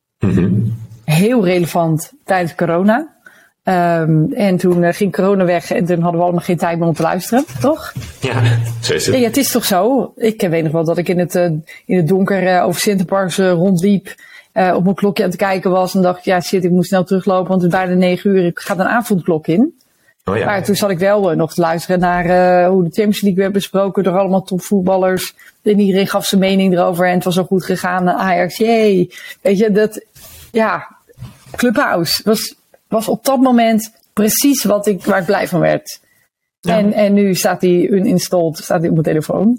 Heel relevant tijdens corona. En toen ging corona weg en toen hadden we allemaal geen tijd meer om te luisteren, toch?
Ja, zo is het.
Ja, het is toch zo. Ik weet nog wel dat ik in het donker over Centerparks rondliep. Op mijn klokje aan het kijken was en dacht, ik moet snel teruglopen, want het is bijna 9 uur. Ik ga een avondklok in.
Oh ja.
Maar toen zat ik wel nog te luisteren naar hoe de Champions League werd besproken door allemaal topvoetballers. En iedereen gaf zijn mening erover en het was zo goed gegaan. Ajax, jee. Weet je, Clubhouse was op dat moment precies waar ik blij van werd. Ja. En nu staat die uninstalled, staat die op mijn telefoon.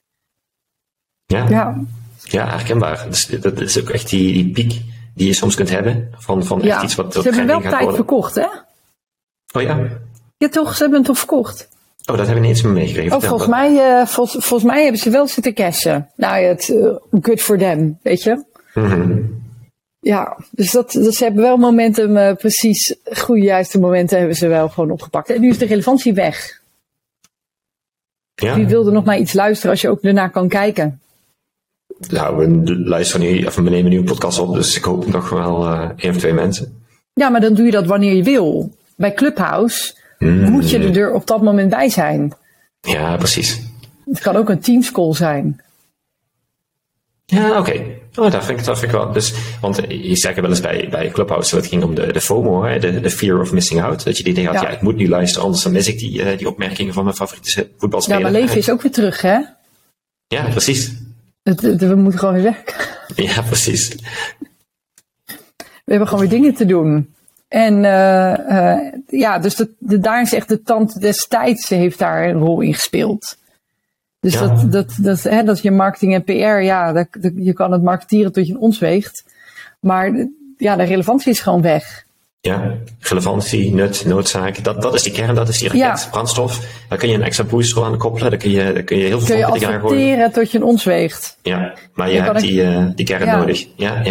Ja, herkenbaar. Dus dat is ook echt die piek die je soms kunt hebben van echt iets wat...
Ze hebben wel tijd verkocht, hè?
Oh ja?
Ja toch, ze hebben hem toch verkocht.
Oh, dat heb ik niet eens meer meegekregen.
Volgens mij hebben ze wel zitten cashen. Nou, good for them, weet je. Ja, dus ze hebben wel momentum, precies goede juiste momenten hebben ze wel gewoon opgepakt. En nu is de relevantie weg. Ja. Wie wilde nog naar iets luisteren als je ook ernaar kan kijken?
Nou, we nemen nu een podcast op, dus ik hoop nog wel 1 of 2 mensen.
Ja, maar dan doe je dat wanneer je wil. Bij Clubhouse moet je er op dat moment bij zijn.
Ja, precies.
Het kan ook een Teams-call zijn.
Ja, oké. Oh, dat vind ik wel. Dus, want je zei wel eens bij Clubhouse, het ging om de FOMO, hè, de fear of missing out. Dat je die idee had, ik moet nu luisteren, anders dan mis ik die opmerkingen van mijn favoriete voetbalspeler.
Ja, maar leven is ook weer terug, hè?
Ja, precies.
We moeten gewoon weer weg.
Ja, precies.
We hebben gewoon weer dingen te doen. En dus daar is echt de tand destijds heeft daar een rol in gespeeld. Dus dat is je marketing en PR. Je kan het marketeren tot je een ons weegt. Maar de relevantie is gewoon weg.
Ja, relevantie, nut, noodzaak. Dat is die kern, dat is die raket, brandstof. Daar kun je een extra boost aan koppelen. Daar kun je heel veel
kun je adverteren tot je een ons weegt.
Ja, maar je hebt die kern nodig.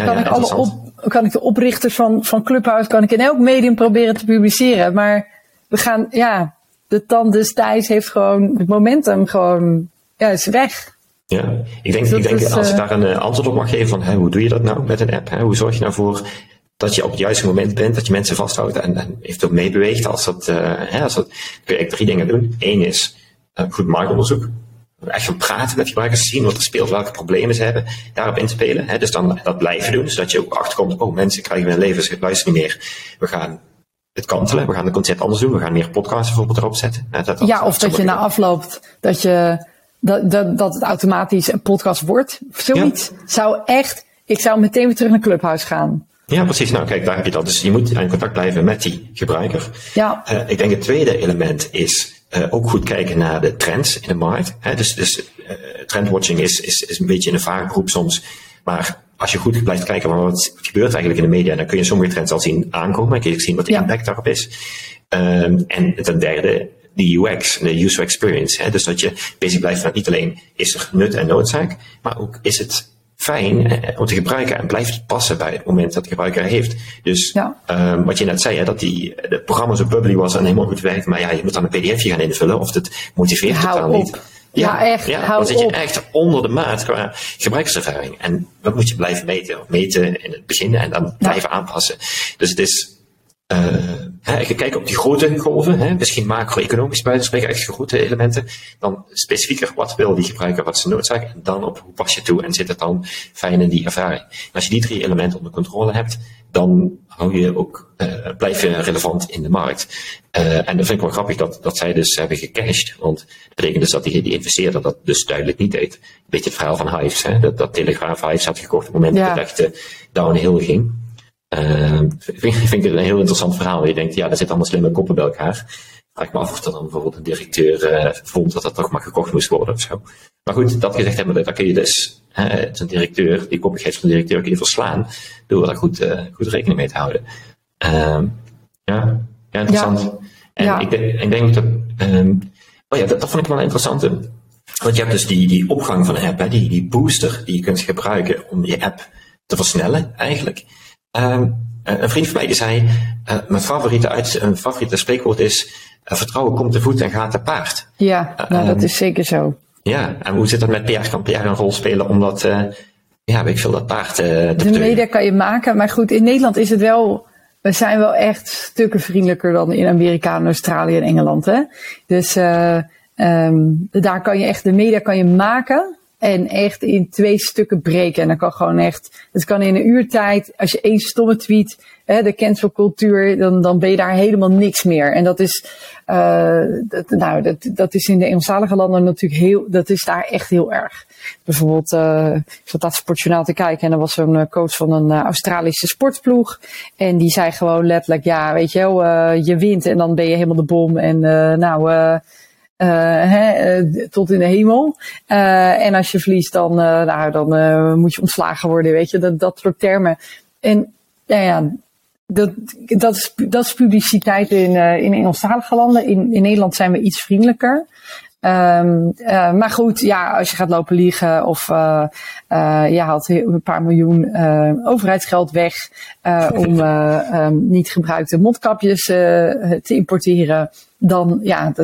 Kan ik de oprichters van Clubhouse kan ik in elk medium proberen te publiceren. Maar we gaan, de tand destijds heeft gewoon het momentum gewoon, is weg.
Ja, ik denk als ik daar een antwoord op mag geven van hoe doe je dat nou met een app? Hoe zorg je nou voor dat je op het juiste moment bent, dat je mensen vasthoudt en eventueel meebeweegt. Kun je eigenlijk 3 dingen doen. 1 is goed marktonderzoek. Echt gaan praten met gebruikers, zien wat er speelt, welke problemen ze hebben, daarop inspelen. Dus dan dat blijven doen, zodat je ook achterkomt, mensen krijgen weer een leven, ze luisteren niet meer. We gaan het kantelen, we gaan het concept anders doen, we gaan meer podcasts bijvoorbeeld erop zetten.
Of dat je na afloopt, dat het automatisch een podcast wordt. Zoiets ik zou meteen weer terug naar Clubhouse gaan.
Ja, precies. Nou, kijk, daar heb je dat. Dus je moet in contact blijven met die gebruiker.
Ja.
Ik denk het tweede element is ook goed kijken naar de trends in de markt. Dus trendwatching is een beetje een vage beroep soms. Maar als je goed blijft kijken naar wat gebeurt eigenlijk in de media, dan kun je sommige trends al zien aankomen. En kun je zien wat de impact daarop is. En ten derde, de UX, de user experience. Dus dat je bezig blijft met niet alleen is er nut en noodzaak, maar ook is het fijn om te gebruiken en blijft het passen bij het moment dat de gebruiker heeft. Dus wat je net zei, dat de programma zo bubbly was en helemaal goed werkt, maar je moet dan een pdfje gaan invullen of het motiveert totaal niet.
Echt.
Dan zit je echt onder de maat qua gebruikerservaring. En dat moet je blijven meten in het begin en dan blijven aanpassen. Dus het is als je kijkt op die grote golven, misschien macro-economisch buitenspreken, echt grote elementen, dan specifieker wat wil die gebruiker, wat is de noodzaak, en dan op hoe pas je toe en zit het dan fijn in die ervaring. En als je die 3 elementen onder controle hebt, dan blijf je relevant in de markt. En dat vind ik wel grappig dat zij dus hebben gecashed, want dat betekent dus dat die investeerder dat dus duidelijk niet deed. Een beetje het verhaal van Hives, dat Telegraaf Hives had gekocht op het moment dat het echt downhill ging. Vind ik het een heel interessant verhaal. Je denkt, er zitten allemaal slimme koppen bij elkaar. Vraag ik me af of er dan bijvoorbeeld een directeur vond dat toch maar gekocht moest worden of zo. Maar goed, dat gezegd hebben, dan kun je dus zo'n directeur, die koppigheid van de directeur kun je verslaan door daar goed rekening mee te houden. Interessant. En ik denk dat vond ik wel een interessante. Want je hebt dus die opgang van een app, die booster die je kunt gebruiken om je app te versnellen eigenlijk. Een vriend van mij die zei, mijn favoriete spreekwoord is, vertrouwen komt te voet en gaat te paard.
Ja, dat is zeker zo.
Ja, en hoe zit dat met PR? Kan PR een rol spelen om dat, dat paard te
De media kan je maken, maar goed, in Nederland is het wel, we zijn wel echt stukken vriendelijker dan in Amerika, en Australië en Engeland. Dus daar kan je echt, de media kan je maken. En echt in 2 stukken breken. En dan kan gewoon echt, het kan in een uurtijd, als je 1 stomme tweet, de cancelcultuur, dan ben je daar helemaal niks meer. En dat is, dat is in de Engelstalige landen natuurlijk dat is daar echt heel erg. Bijvoorbeeld, ik zat dat Sportjournaal te kijken en er was zo'n coach van een Australische sportploeg. En die zei gewoon letterlijk, weet je wel, je wint en dan ben je helemaal de bom. En tot in de hemel. En als je verliest, dan moet je ontslagen worden, weet je, dat soort termen. En dat is publiciteit in Engelstalige landen. In Nederland zijn we iets vriendelijker. Maar goed, als je gaat lopen liegen of je haalt een paar miljoen overheidsgeld weg om niet gebruikte mondkapjes te importeren, dan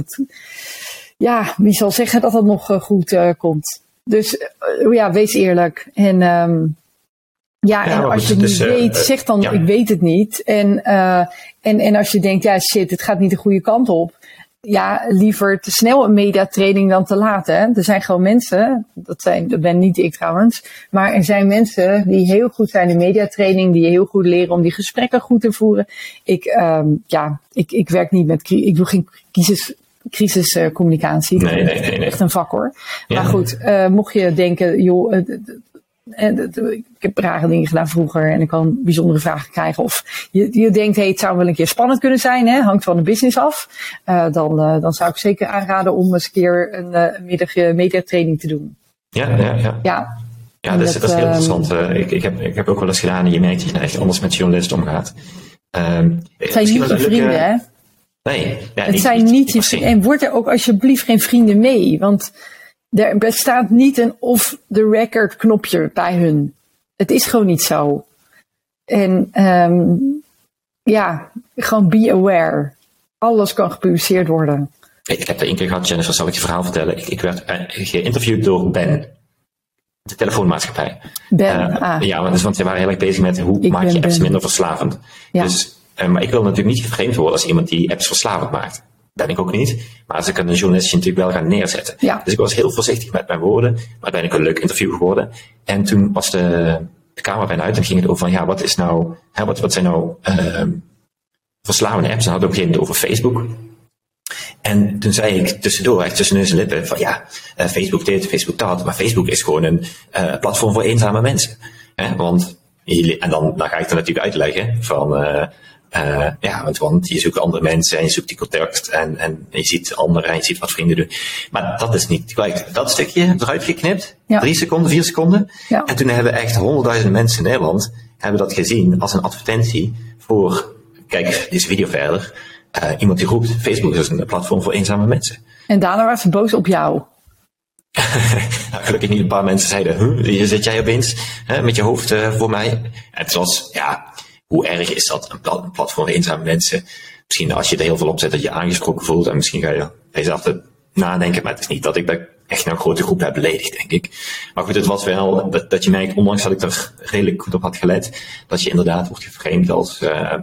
wie zal zeggen dat het nog goed komt. Dus wees eerlijk. En en als je het niet weet, zeg dan ik weet het niet. En als je denkt, shit, het gaat niet de goede kant op. Liever te snel een mediatraining dan te laat. Hè? Er zijn gewoon mensen, dat ben niet ik trouwens, maar er zijn mensen die heel goed zijn in mediatraining, die heel goed leren om die gesprekken goed te voeren. Ik werk niet met, ik doe geen crisiscommunicatie.
Nee.
Echt een vak hoor. Ja. Maar goed, mocht je denken, Ik heb rare dingen gedaan vroeger en ik kan bijzondere vragen krijgen. Of je denkt, het zou wel een keer spannend kunnen zijn, hè? Hangt van de business af. Dan zou ik zeker aanraden om eens een keer een middagje mediatraining te doen.
Ja, dat is heel interessant. Ik heb ook wel eens gedaan en je merkt dat je echt anders met journalisten omgaat.
Het zijn niet je vrienden, hè?
Nee. Ja,
het zijn niet je vrienden. En word er ook alsjeblieft geen vrienden mee. Want er bestaat niet een off-the-record knopje bij hun. Het is gewoon niet zo. En gewoon be aware. Alles kan gepubliceerd worden.
Ik heb er één keer gehad, Jennifer, zal ik je verhaal vertellen. Ik werd geïnterviewd door Ben. De telefoonmaatschappij. Ja, want ze waren heel erg bezig met hoe maak je apps minder verslavend. Ja. Dus, maar ik wil natuurlijk niet geframed worden als iemand die apps verslavend maakt. Ben ik ook niet. Maar ze kunnen een journalist natuurlijk wel gaan neerzetten.
Ja.
Dus ik was heel voorzichtig met mijn woorden. Maar uiteindelijk een leuk interview geworden. En toen was de camera bijna uit en ging het over van wat is nou, wat zijn nou verslavende apps? En hadden we op een gegeven moment over Facebook. En toen zei ik tussendoor, echt tussen neus en lippen, van Facebook dit, Facebook dat. Maar Facebook is gewoon een platform voor eenzame mensen. Want, en dan ga ik er natuurlijk uitleggen van, want je zoekt andere mensen en je zoekt die contact en je ziet anderen en je ziet wat vrienden doen. Maar dat is niet gelijk. Dat stukje eruit geknipt, 3 seconden, 4 seconden. Ja. En toen hebben echt 100.000 mensen in Nederland hebben dat gezien als een advertentie voor, kijk deze video verder. Iemand die roept, Facebook is een platform voor eenzame mensen.
En daarna waren ze boos op jou.
Gelukkig niet, een paar mensen zeiden, hier zit jij opeens met je hoofd voor mij. En het was, hoe erg is dat, een platform voor eenzame mensen? Misschien als je er heel veel op zet, dat je aangesproken voelt. En misschien ga je zelf nadenken, maar het is niet dat ik echt een grote groep heb beledigd, denk ik. Maar goed, het was wel dat je merkt, ondanks dat ik er redelijk goed op had gelet, dat je inderdaad wordt geframed als...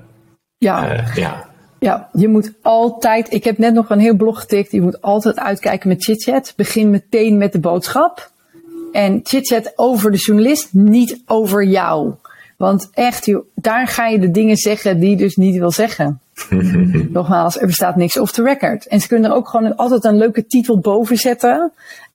Ja, je moet altijd, ik heb net nog een heel blog getikt, je moet altijd uitkijken met chitchat. Begin meteen met de boodschap. En chitchat over de journalist, niet over jou. Want echt, daar ga je de dingen zeggen die je dus niet wil zeggen. Nogmaals, er bestaat niks off the record. En ze kunnen er ook gewoon altijd een leuke titel boven zetten,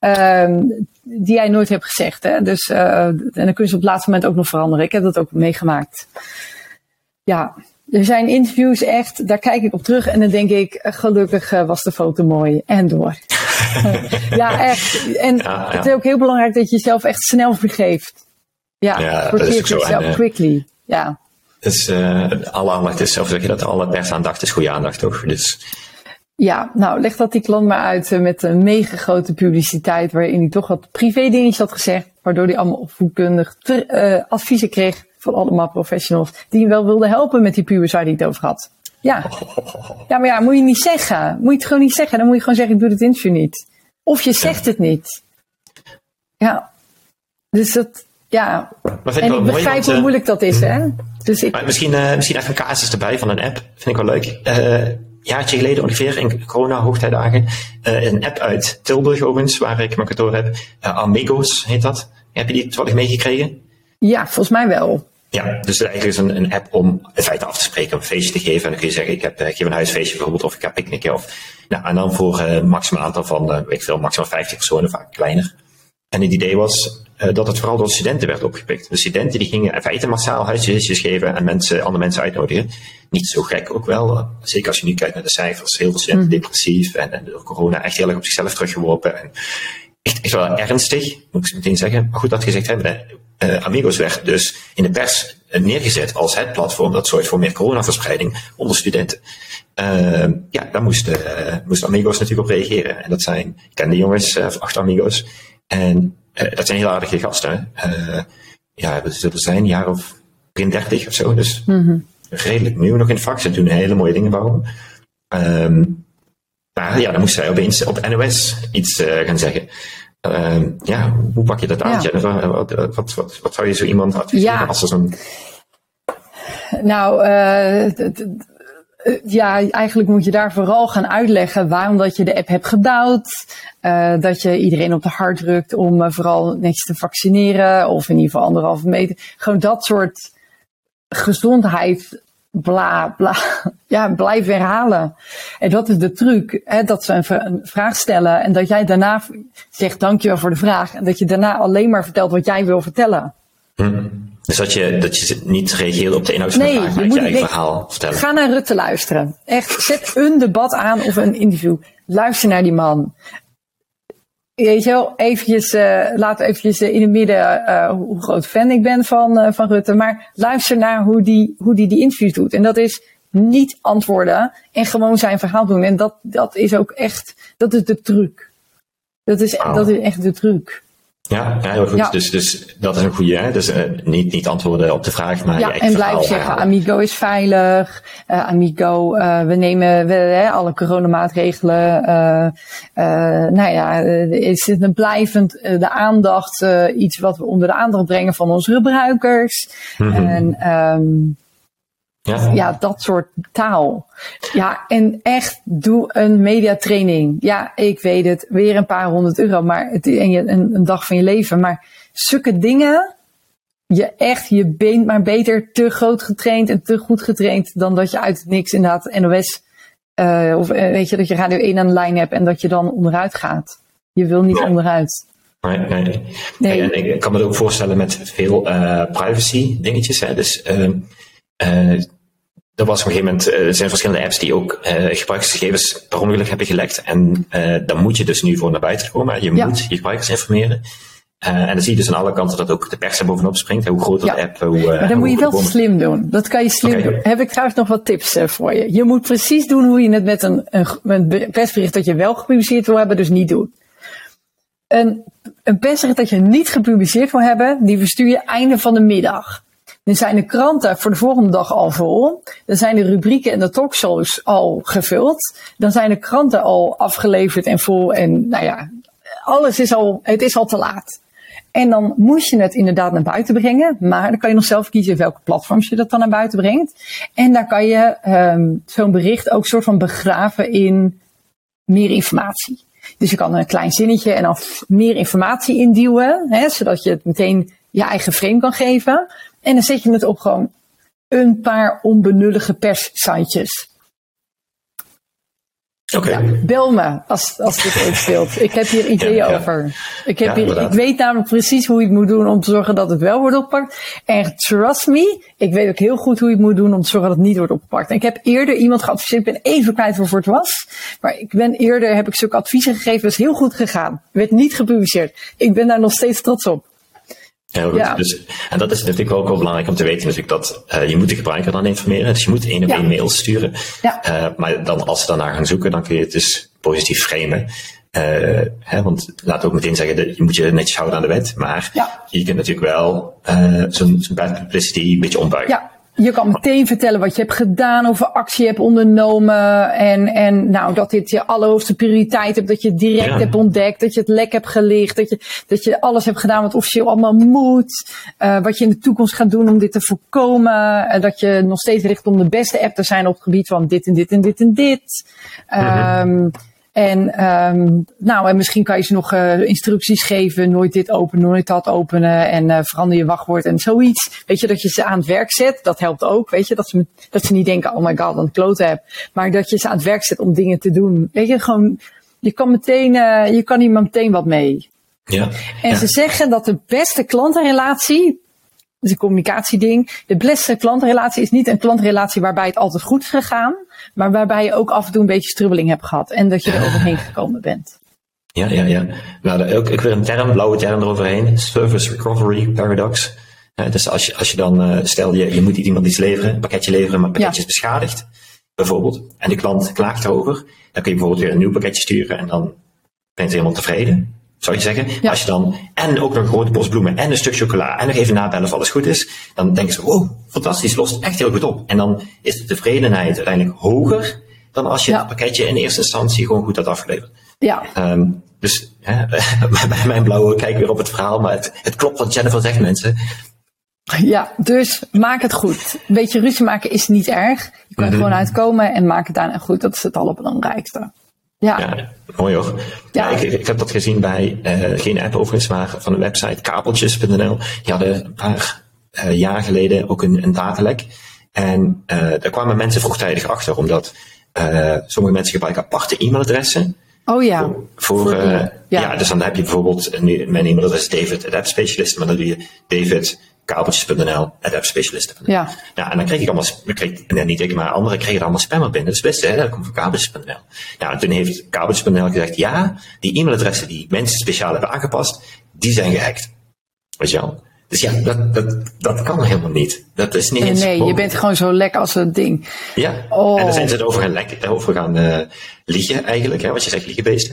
die jij nooit hebt gezegd. Hè? Dus, en dan kunnen ze op het laatste moment ook nog veranderen. Ik heb dat ook meegemaakt. Ja. Er zijn interviews echt, daar kijk ik op terug en dan denk ik, gelukkig was de foto mooi en door. Ja, echt. En het is ook heel belangrijk dat je jezelf echt snel vergeeft. Vergeef jezelf quickly. Ja.
Dus alle aandacht is, of zeg je dat, alle persaandacht is goede aandacht, toch? Dus...
Ja, nou leg dat die klant maar uit met een mega grote publiciteit waarin hij toch wat privé dingetjes had gezegd, waardoor hij allemaal opvoedkundig adviezen kreeg van allemaal professionals die hem wel wilden helpen met die pubers waar hij het over had. Ja, maar moet je niet zeggen. Moet je het gewoon niet zeggen. Dan moet je gewoon zeggen, ik doe het interview niet. Of je zegt het niet. Ja. Dus dat, en ik begrijp hoe moeilijk dat is, hè. Dus
maar misschien even een casus erbij van een app. Vind ik wel leuk. Jaartje geleden ongeveer, in corona-hoogtijdagen, een app uit Tilburg overigens, waar ik mijn kantoor heb. Amigos heet dat. Heb je die toevallig meegekregen?
Ja, volgens mij wel.
Ja, dus eigenlijk is een app om in feite af te spreken, een feestje te geven. En dan kun je zeggen, ik geef een huisfeestje bijvoorbeeld, of ik ga picknicken. En dan voor maximaal aantal van, maximaal 50 personen, vaak kleiner. En het idee was dat het vooral door studenten werd opgepikt. De studenten die gingen in feite massaal huisfeestjes geven en andere mensen uitnodigen. Niet zo gek ook wel, zeker als je nu kijkt naar de cijfers. Heel veel studenten depressief en door corona echt heel erg op zichzelf teruggeworpen. En echt wel ernstig, moet ik meteen zeggen. Maar goed dat gezegd hebben, Amigos werd dus in de pers neergezet als het platform dat zorgt voor meer coronaverspreiding onder studenten. Daar moest Amigos natuurlijk op reageren. En dat zijn, ik ken de jongens, 8 Amigos. En dat zijn heel aardige gasten. We zullen zijn een jaar of 33 of zo. Dus redelijk nieuw nog in het vak. Ze doen hele mooie dingen bouwen. Maar dan moest zij opeens op NOS iets gaan zeggen. Hoe pak je dat aan, Jennifer? Wat zou je zo iemand adviseren als er zo'n...
Nou, eigenlijk moet je daar vooral gaan uitleggen waarom dat je de app hebt gebouwd. Dat je iedereen op de hart drukt om vooral netjes te vaccineren. Of in ieder geval 1,5 meter. Gewoon dat soort gezondheid bla bla. Ja, blijf herhalen. En dat is de truc. Hè, dat ze een vraag stellen. En dat jij daarna zegt dankjewel voor de vraag. En dat je daarna alleen maar vertelt wat jij wil vertellen.
Dus dat je niet reageert op de inhoud van de vraag, maar je eigen verhaal vertellen.
Ga naar Rutte luisteren. Echt, zet een debat aan of een interview. Luister naar die man. Weet je wel, laat eventjes in het midden hoe groot fan ik ben van Rutte. Maar luister naar hoe die interviews doet. En dat is niet antwoorden en gewoon zijn verhaal doen. En dat is ook echt, dat is de truc. Dat is echt de truc.
Ja, heel goed. Ja. Dus dat is een goede, hè? Dus niet antwoorden op de vraag, maar je eigen verhaal. En blijf zeggen,
Amigo is veilig. Amigo, we nemen alle coronamaatregelen. Is het een blijvend de aandacht, iets wat we onder de aandacht brengen van onze gebruikers. En dat soort taal. Ja, en echt doe een mediatraining. Ja, ik weet het, weer een paar €100, maar een dag van je leven. Maar zulke dingen, je bent maar beter te groot getraind en te goed getraind dan dat je uit het niks inderdaad NOS, dat je Radio 1 aan de lijn hebt en dat je dan onderuit gaat. Je wil niet onderuit.
Nee. En ik kan me dat ook voorstellen met veel privacy dingetjes. Hè. Dus er was op een gegeven moment, er zijn verschillende apps die ook gebruikersgegevens per ongeluk hebben gelekt. En daar moet je dus nu voor naar buiten komen. Je moet je gebruikers informeren. En dan zie je dus aan alle kanten dat ook de pers er bovenop springt. Hoe groter de app,
maar dan moet je wel slim doen. Dat kan je slim doen. Heb ik trouwens nog wat tips voor je. Je moet precies doen hoe je het met een persbericht dat je wel gepubliceerd wil hebben, dus niet doet. Een persbericht dat je niet gepubliceerd wil hebben, die verstuur je einde van de middag. Dan zijn de kranten voor de volgende dag al vol. Dan zijn de rubrieken en de talkshows al gevuld. Dan zijn de kranten al afgeleverd en vol. En het is al te laat. En dan moet je het inderdaad naar buiten brengen. Maar dan kan je nog zelf kiezen welke platforms je dat dan naar buiten brengt. En daar kan je zo'n bericht ook soort van begraven in meer informatie. Dus je kan een klein zinnetje en dan meer informatie induwen. Zodat je het meteen je eigen frame kan geven. En dan zet je het op gewoon een paar onbenullige perssitejes.
Okay.
Ja, bel me als dit ooit speelt. Ik heb hier ideeën over. Ik weet namelijk precies hoe je het moet doen om te zorgen dat het wel wordt opgepakt. En trust me, ik weet ook heel goed hoe je het moet doen om te zorgen dat het niet wordt opgepakt. En ik heb eerder iemand geadviseerd, ik ben even kwijt waarvoor het was. Maar heb ik zulke adviezen gegeven, dat is heel goed gegaan. Werd niet gepubliceerd. Ik ben daar nog steeds trots op.
Heel goed. Ja. Dus, en dat is natuurlijk ook wel belangrijk om te weten, natuurlijk dat je moet de gebruiker dan informeren. Dus je moet 1-op-1 mails sturen. Ja. Maar dan als ze daarnaar gaan zoeken, dan kun je het dus positief framen. Want laat ook meteen zeggen, je moet je netjes houden aan de wet. Maar je kunt natuurlijk wel zo'n bad publicity een beetje ombuigen. Ja.
Je kan meteen vertellen wat je hebt gedaan, of actie hebt ondernomen. En dat dit je allerhoogste prioriteit hebt. Dat je het direct hebt ontdekt. Dat je het lek hebt gelicht. Dat je alles hebt gedaan wat officieel allemaal moet. Wat je in de toekomst gaat doen om dit te voorkomen. Dat je nog steeds richt om de beste app te zijn op het gebied van dit en dit en dit en dit. En misschien kan je ze nog instructies geven. Nooit dit openen, nooit dat openen. En verander je wachtwoord en zoiets. Weet je, dat je ze aan het werk zet. Dat helpt ook. Weet je, dat ze niet denken, oh my god, wat een klote heb. Maar dat je ze aan het werk zet om dingen te doen. Weet je, gewoon, je kan hier maar meteen wat mee.
Ja.
En ze zeggen dat de beste klantenrelatie, dus een communicatieding. De beste klantenrelatie is niet een klantenrelatie waarbij het altijd goed is gegaan, maar waarbij je ook af en toe een beetje strubbeling hebt gehad en dat je er overheen gekomen bent.
Ja. Nou, ook weer een blauwe term eroverheen. Service Recovery Paradox. Dus als je dan, stel je moet iemand iets leveren, een pakketje leveren, maar het pakketje is beschadigd, bijvoorbeeld, en de klant klaagt erover, dan kun je bijvoorbeeld weer een nieuw pakketje sturen en dan ben je helemaal tevreden. Zou je zeggen? Ja. Als je dan en ook nog een grote bos bloemen en een stuk chocola en nog even nabellen of alles goed is, dan denken ze, wow, fantastisch, lost echt heel goed op. En dan is de tevredenheid uiteindelijk hoger dan als je het pakketje in eerste instantie gewoon goed had afgeleverd.
Ja.
Dus bij mijn blauwe kijk weer op het verhaal, maar het klopt wat Jennifer zegt, mensen.
Ja, dus maak het goed. Een beetje ruzie maken is niet erg. Je kan er gewoon uitkomen en maak het daarna goed. Dat is het allerbelangrijkste.
Ja, mooi hoor. Ja, ik heb dat gezien bij, geen app overigens, maar van de website kabeltjes.nl. Die hadden een paar jaar geleden ook een datalek. En daar kwamen mensen vroegtijdig achter, omdat sommige mensen gebruiken aparte e-mailadressen.
Oh ja.
Dus dan heb je bijvoorbeeld, mijn e-mailadres is David@appspecialist, maar dan doe je David, kabeltjes.nl, appspecialisten.nl.
Ja.
Ja, en dan kreeg ik allemaal, niet ik, maar anderen kregen er allemaal spammer binnen. Dat is best, hè, dat komt van kabeltjes.nl. Ja, en toen heeft kabeltjes.nl gezegd, ja, die e-mailadressen die mensen speciaal hebben aangepast, die zijn gehackt. Weet je wel? Dus ja, dat kan helemaal niet. Dat is niet eens
Nee, je bent gewoon zo lek als een ding.
Ja, en dan zijn ze het over gaan liegen eigenlijk, hè, wat je zegt, liegenbeesten.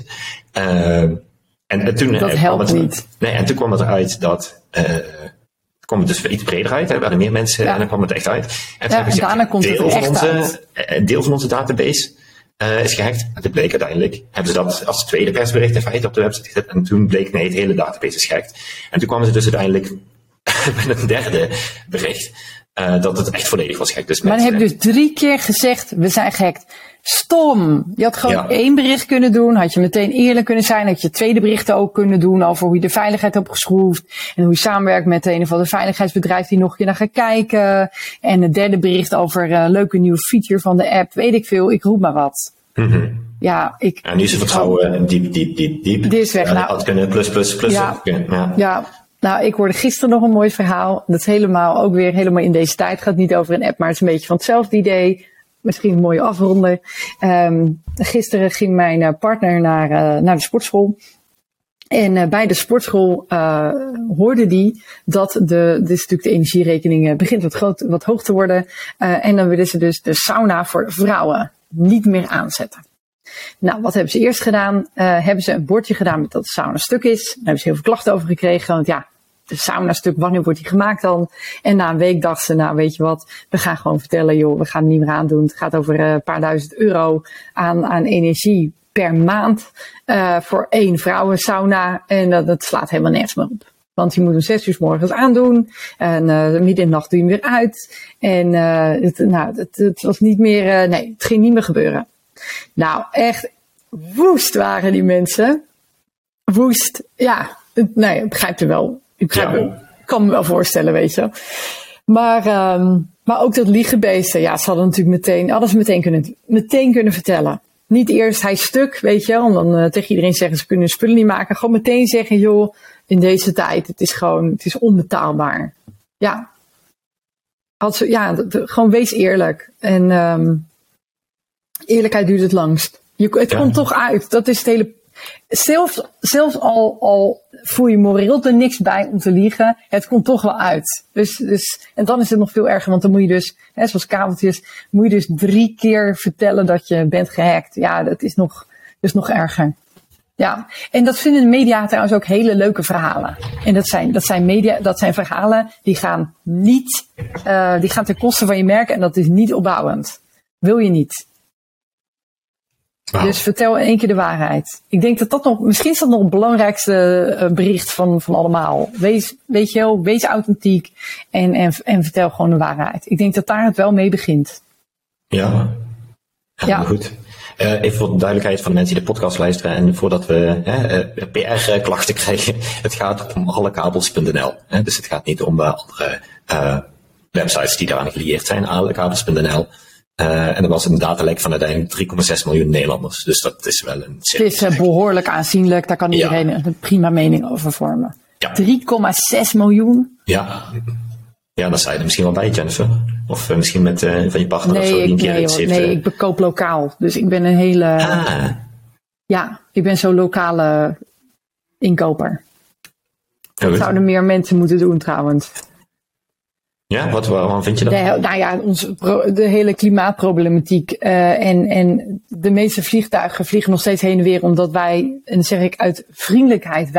En toen
dat helpt niet.
Nee, en toen kwam het eruit dat kwam het dus iets breder uit. Er waren meer mensen en dan kwam het echt uit. En toen
daarna komt het echt uit.
Een deel van onze database is gehackt. En toen bleek uiteindelijk, hebben ze dat als tweede persbericht in feite op de website gezet. En toen bleek, nee, het hele database is gehackt. En toen kwamen ze dus uiteindelijk met een derde bericht dat het echt volledig was gehackt. Dus
maar dan heb je dus 3 keer gezegd, we zijn gehackt. Stom. Je had gewoon 1 bericht kunnen doen. Had je meteen eerlijk kunnen zijn. Had je tweede berichten ook kunnen doen over hoe je de veiligheid hebt geschroefd. En hoe je samenwerkt met een of ander veiligheidsbedrijf die nog een keer naar gaat kijken. En het derde bericht over een leuke nieuwe feature van de app. Weet ik veel. Ik roep maar wat.
Mm-hmm.
Ja,
nu is het vertrouwen diep.
Dit is weg.
Ja, had kunnen plus.
Ja. Nou, ik hoorde gisteren nog een mooi verhaal. Dat is helemaal ook weer helemaal in deze tijd. Het gaat niet over een app, maar het is een beetje van hetzelfde idee. Misschien een mooie afronder. Gisteren ging mijn partner naar de sportschool. En bij de sportschool hoorde die dat dit is natuurlijk de energierekening begint wat hoog te worden. En dan willen ze dus de sauna voor vrouwen niet meer aanzetten. Nou, wat hebben ze eerst gedaan? Hebben ze een bordje gedaan met dat de sauna stuk is. Daar hebben ze heel veel klachten over gekregen. Want ja, de sauna stuk, wanneer wordt die gemaakt dan? En na een week dachten ze, nou weet je wat, we gaan gewoon vertellen, joh, we gaan het niet meer aandoen. Het gaat over een paar duizend euro aan energie per maand voor 1 vrouwensauna. En dat slaat helemaal nergens meer op. Want je moet om 6 uur 's morgens aandoen. En midden in de nacht doe je hem weer uit. En het was niet meer, het ging niet meer gebeuren. Nou, echt woest waren die mensen. Woest, ja. Nee, ik begrijp het wel. Ik kan me wel voorstellen, weet je. Maar ook dat liegenbeesten. Ja, ze hadden natuurlijk meteen kunnen vertellen. Niet eerst hij stuk, weet je. Om dan tegen iedereen zeggen, ze kunnen spullen niet maken. Gewoon meteen zeggen, joh, in deze tijd, het is onbetaalbaar. Ja. Gewoon wees eerlijk. En eerlijkheid duurt het langst. Het komt toch uit. Dat is het hele. Zelfs al voel je moreel er niks bij om te liegen, het komt toch wel uit. Dus, en dan is het nog veel erger, want dan moet je dus, zoals kabeltjes, moet je dus 3 keer vertellen dat je bent gehackt. Ja, dat is nog erger. Ja, en dat vinden de media trouwens ook hele leuke verhalen. En dat zijn verhalen die gaan ten koste van je merk en dat is niet opbouwend. Wil je niet. Wow. Dus vertel in 1 keer de waarheid. Ik denk dat misschien is dat nog het belangrijkste bericht van allemaal. Wees authentiek en vertel gewoon de waarheid. Ik denk dat daar het wel mee begint.
Ja. Goed. Even voor de duidelijkheid van de mensen die de podcast luisteren en voordat we PR-klachten krijgen. Het gaat om allekabels.nl. Dus het gaat niet om andere websites die daaraan gelieerd zijn. Allekabels.nl. En er was een datalek van uiteindelijk 3,6 miljoen Nederlanders. Dus dat is wel een...
Het is behoorlijk aanzienlijk. Daar kan iedereen een prima mening over vormen.
Ja.
3,6 miljoen?
Ja, dat zei je er misschien wel bij, Jennifer. Of misschien met van je partner of zo.
Nee, ik bekoop lokaal. Dus ik ben een hele... Ja, ik ben zo'n lokale inkoper. Dat zouden meer mensen moeten doen trouwens.
Ja, waarom vind je dat?
De hele klimaatproblematiek. En de meeste vliegtuigen vliegen nog steeds heen en weer omdat wij, en dat zeg ik uit vriendelijkheid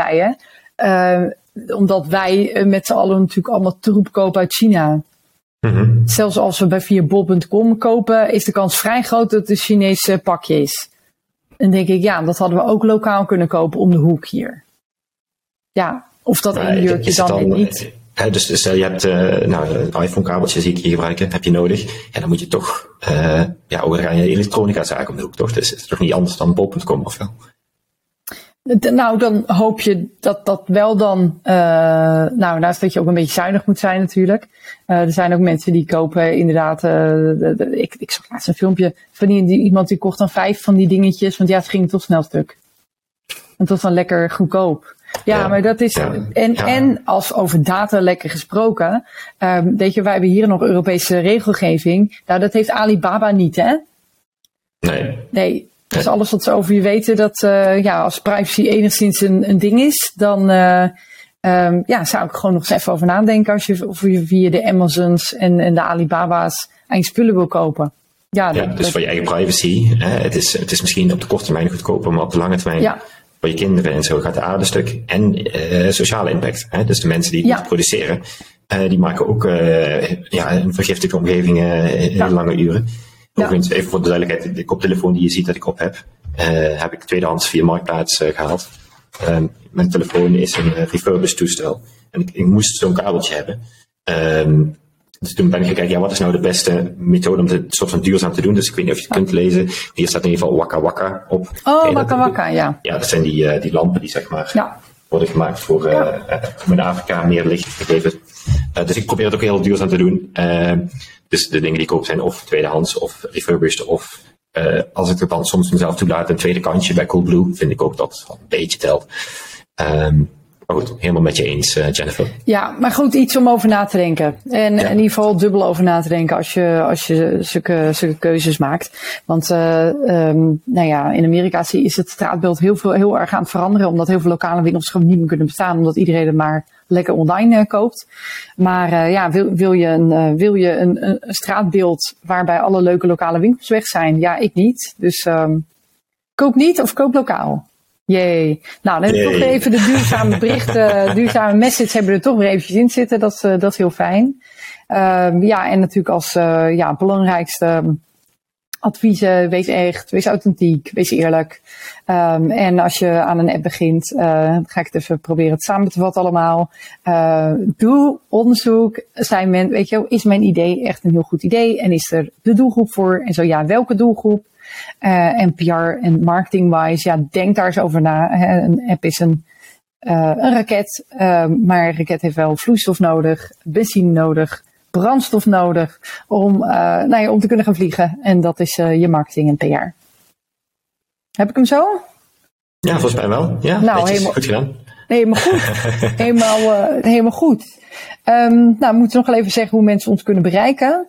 omdat wij met z'n allen natuurlijk allemaal troep kopen uit China. Mm-hmm. Zelfs als we via bol.com kopen, is de kans vrij groot dat het een Chinese pakje is. En denk ik, dat hadden we ook lokaal kunnen kopen om de hoek hier. Ja, of dat ene jurkje dan niet.
Dus je hebt een iPhone-kabeltje zie ik hier gebruiken, heb je nodig. En dan moet je toch, dan ga je elektronica-zaak om de hoek, toch? Dus het is toch niet anders dan bol.com of wel?
Nou, dan hoop je dat wel dan, naast dat je ook een beetje zuinig moet zijn natuurlijk. Er zijn ook mensen die kopen inderdaad, ik zag laatst een filmpje van iemand die kocht dan 5 van die dingetjes, want het ging toch snel stuk. En het was dan lekker goedkoop. Ja, maar dat is... En als over datalekken gesproken... weet je, wij hebben hier nog Europese regelgeving. Nou, dat heeft Alibaba niet, hè? Nee. Dus alles wat ze over je weten... dat als privacy enigszins een ding is... dan zou ik gewoon nog eens even over nadenken... of je via de Amazons en de Alibaba's aan je spullen wil kopen.
Dus voor je eigen privacy. Het is misschien op de korte termijn goedkoper... maar op de lange termijn... voor je kinderen en zo gaat de aarde stuk. En sociale impact. Dus de mensen die het produceren, die maken ook een vergiftigde omgeving heel lange uren. Overigens, even voor de duidelijkheid, de koptelefoon die je ziet dat ik op heb ik tweedehands via Marktplaats gehaald. Mijn telefoon is een refurbished toestel. En ik moest zo'n kabeltje hebben. Dus toen ben ik gekeken, wat is nou de beste methode om het soort van duurzaam te doen? Dus ik weet niet of je het kunt lezen. Hier staat in ieder geval Waka Waka op.
Oh, Waka Waka, ja.
Ja, dat zijn die lampen die zeg maar worden gemaakt voor om in Afrika meer licht te geven. Dus ik probeer het ook heel duurzaam te doen. Dus de dingen die ik koop zijn of tweedehands of refurbished of als ik het dan soms mezelf toelaat, een tweede kantje bij Coolblue, vind ik ook dat een beetje telt. Maar goed, helemaal met je eens, Jennifer. Ja,
maar goed, iets om over na te denken. En in ieder geval dubbel over na te denken als je zulke keuzes maakt. Want in Amerika is het straatbeeld heel erg aan het veranderen. Omdat heel veel lokale winkels gewoon niet meer kunnen bestaan. Omdat iedereen het maar lekker online koopt. Maar wil je een straatbeeld waarbij alle leuke lokale winkels weg zijn? Ja, ik niet. Dus koop niet of koop lokaal. Jee. Nou, dan hebben we toch even de duurzame berichten, duurzame message hebben we er toch weer eventjes in zitten. Dat is heel fijn. En natuurlijk als belangrijkste adviezen, wees echt, wees authentiek, wees eerlijk. En als je aan een app begint, ga ik het even proberen het samen te vatten allemaal. Doe onderzoek. Is mijn idee echt een heel goed idee? En is er de doelgroep voor? En zo ja, welke doelgroep? En PR en marketing-wise, denk daar eens over na. Een app is een raket, maar een raket heeft wel vloeistof nodig, benzine nodig, brandstof nodig om te kunnen gaan vliegen. En dat is je marketing en PR. Heb ik hem zo?
Ja, volgens mij wel. Ja, helemaal goed gedaan.
Helemaal goed. helemaal goed. We moeten nog wel even zeggen hoe mensen ons kunnen bereiken.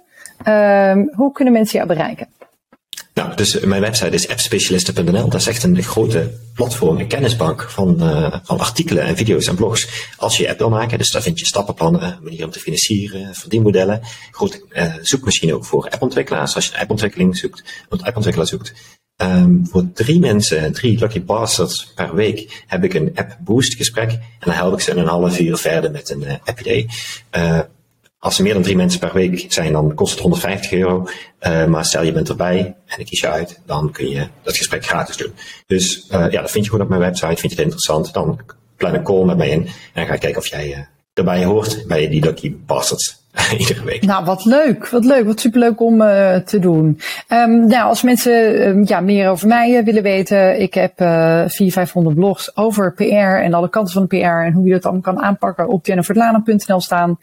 Hoe kunnen mensen jou bereiken?
Nou, dus mijn website is appspecialisten.nl. Dat is echt een grote platform, een kennisbank van artikelen en video's en blogs. Als je je app wil maken, dus daar vind je stappenplannen, manieren om te financieren, verdienmodellen. Grote zoekmachine ook voor appontwikkelaars. Als je een appontwikkelaar zoekt. Voor 3 mensen, 3 lucky bastards per week, heb ik een app boost gesprek. En dan help ik ze in een half uur verder met een app idee. Als er meer dan 3 mensen per week zijn, dan kost het €150. Maar stel je bent erbij en ik kies je uit, dan kun je dat gesprek gratis doen. Dus dat vind je gewoon op mijn website. Vind je het interessant, dan plan een call met mij in. En dan ga ik kijken of jij erbij hoort bij die Lucky Bastards. Iedere week. Nou, wat leuk. Wat superleuk om te doen. Als mensen meer over mij willen weten. Ik heb 400-500 blogs over PR en alle kanten van de PR. En hoe je dat allemaal kan aanpakken op jennifertlanen.nl staan.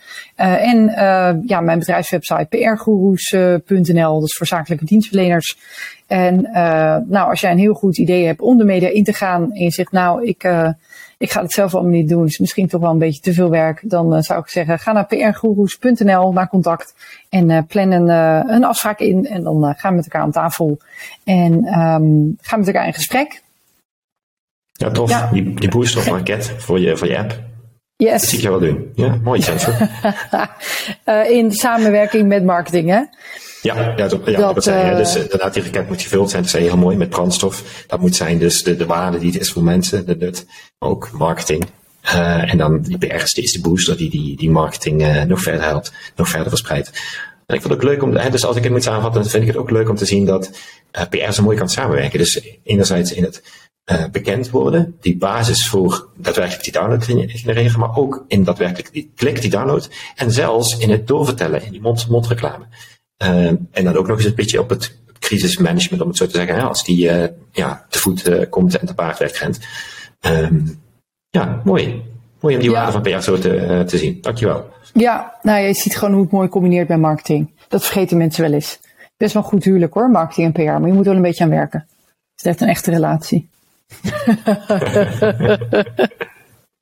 Mijn bedrijfswebsite prgoeroes.nl. Dat is voor zakelijke dienstverleners. En als jij een heel goed idee hebt om de media in te gaan. En je zegt ik ga het zelf allemaal niet doen. Het is misschien toch wel een beetje te veel werk. Dan zou ik zeggen, ga naar prgoeroes.nl, maak contact. En plan een afspraak in. En dan gaan we met elkaar aan tafel. En gaan we met elkaar in gesprek. Ja, tof. Ja. Die boost of raket voor je app. Yes. Dat zie ik jou wel doen. Ja, mooi, Jennifer. In samenwerking met marketing, hè? Dat zei je. Dus inderdaad, die raket moet gevuld zijn. Dat zei je heel mooi met brandstof. Dat moet zijn dus de waarde die het is voor mensen. De nut. Maar ook marketing. En dan die PR is de booster die marketing nog verder helpt. Nog verder verspreidt. En ik vond het ook leuk om, dus als ik het moet samenvatten, dan vind ik het ook leuk om te zien dat PR zo mooi kan samenwerken. Dus enerzijds in het bekend worden, die basis voor daadwerkelijk die download genereren, maar ook in daadwerkelijk die klik, die download. En zelfs in het doorvertellen, in die mond-to-mond reclame. En dan ook nog eens een beetje op het crisismanagement, om het zo te zeggen. Als die te voet komt en te paard wegrent. Mooi. Mooi om die waarde van PR zo te zien. Dankjewel. Ja, je ziet gewoon hoe het mooi combineert bij marketing. Dat vergeten mensen wel eens. Best wel goed huwelijk hoor, marketing en PR. Maar je moet er wel een beetje aan werken. Het is echt een echte relatie.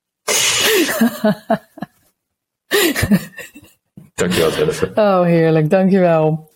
Dankjewel, Jennifer.
Oh, heerlijk. Dankjewel.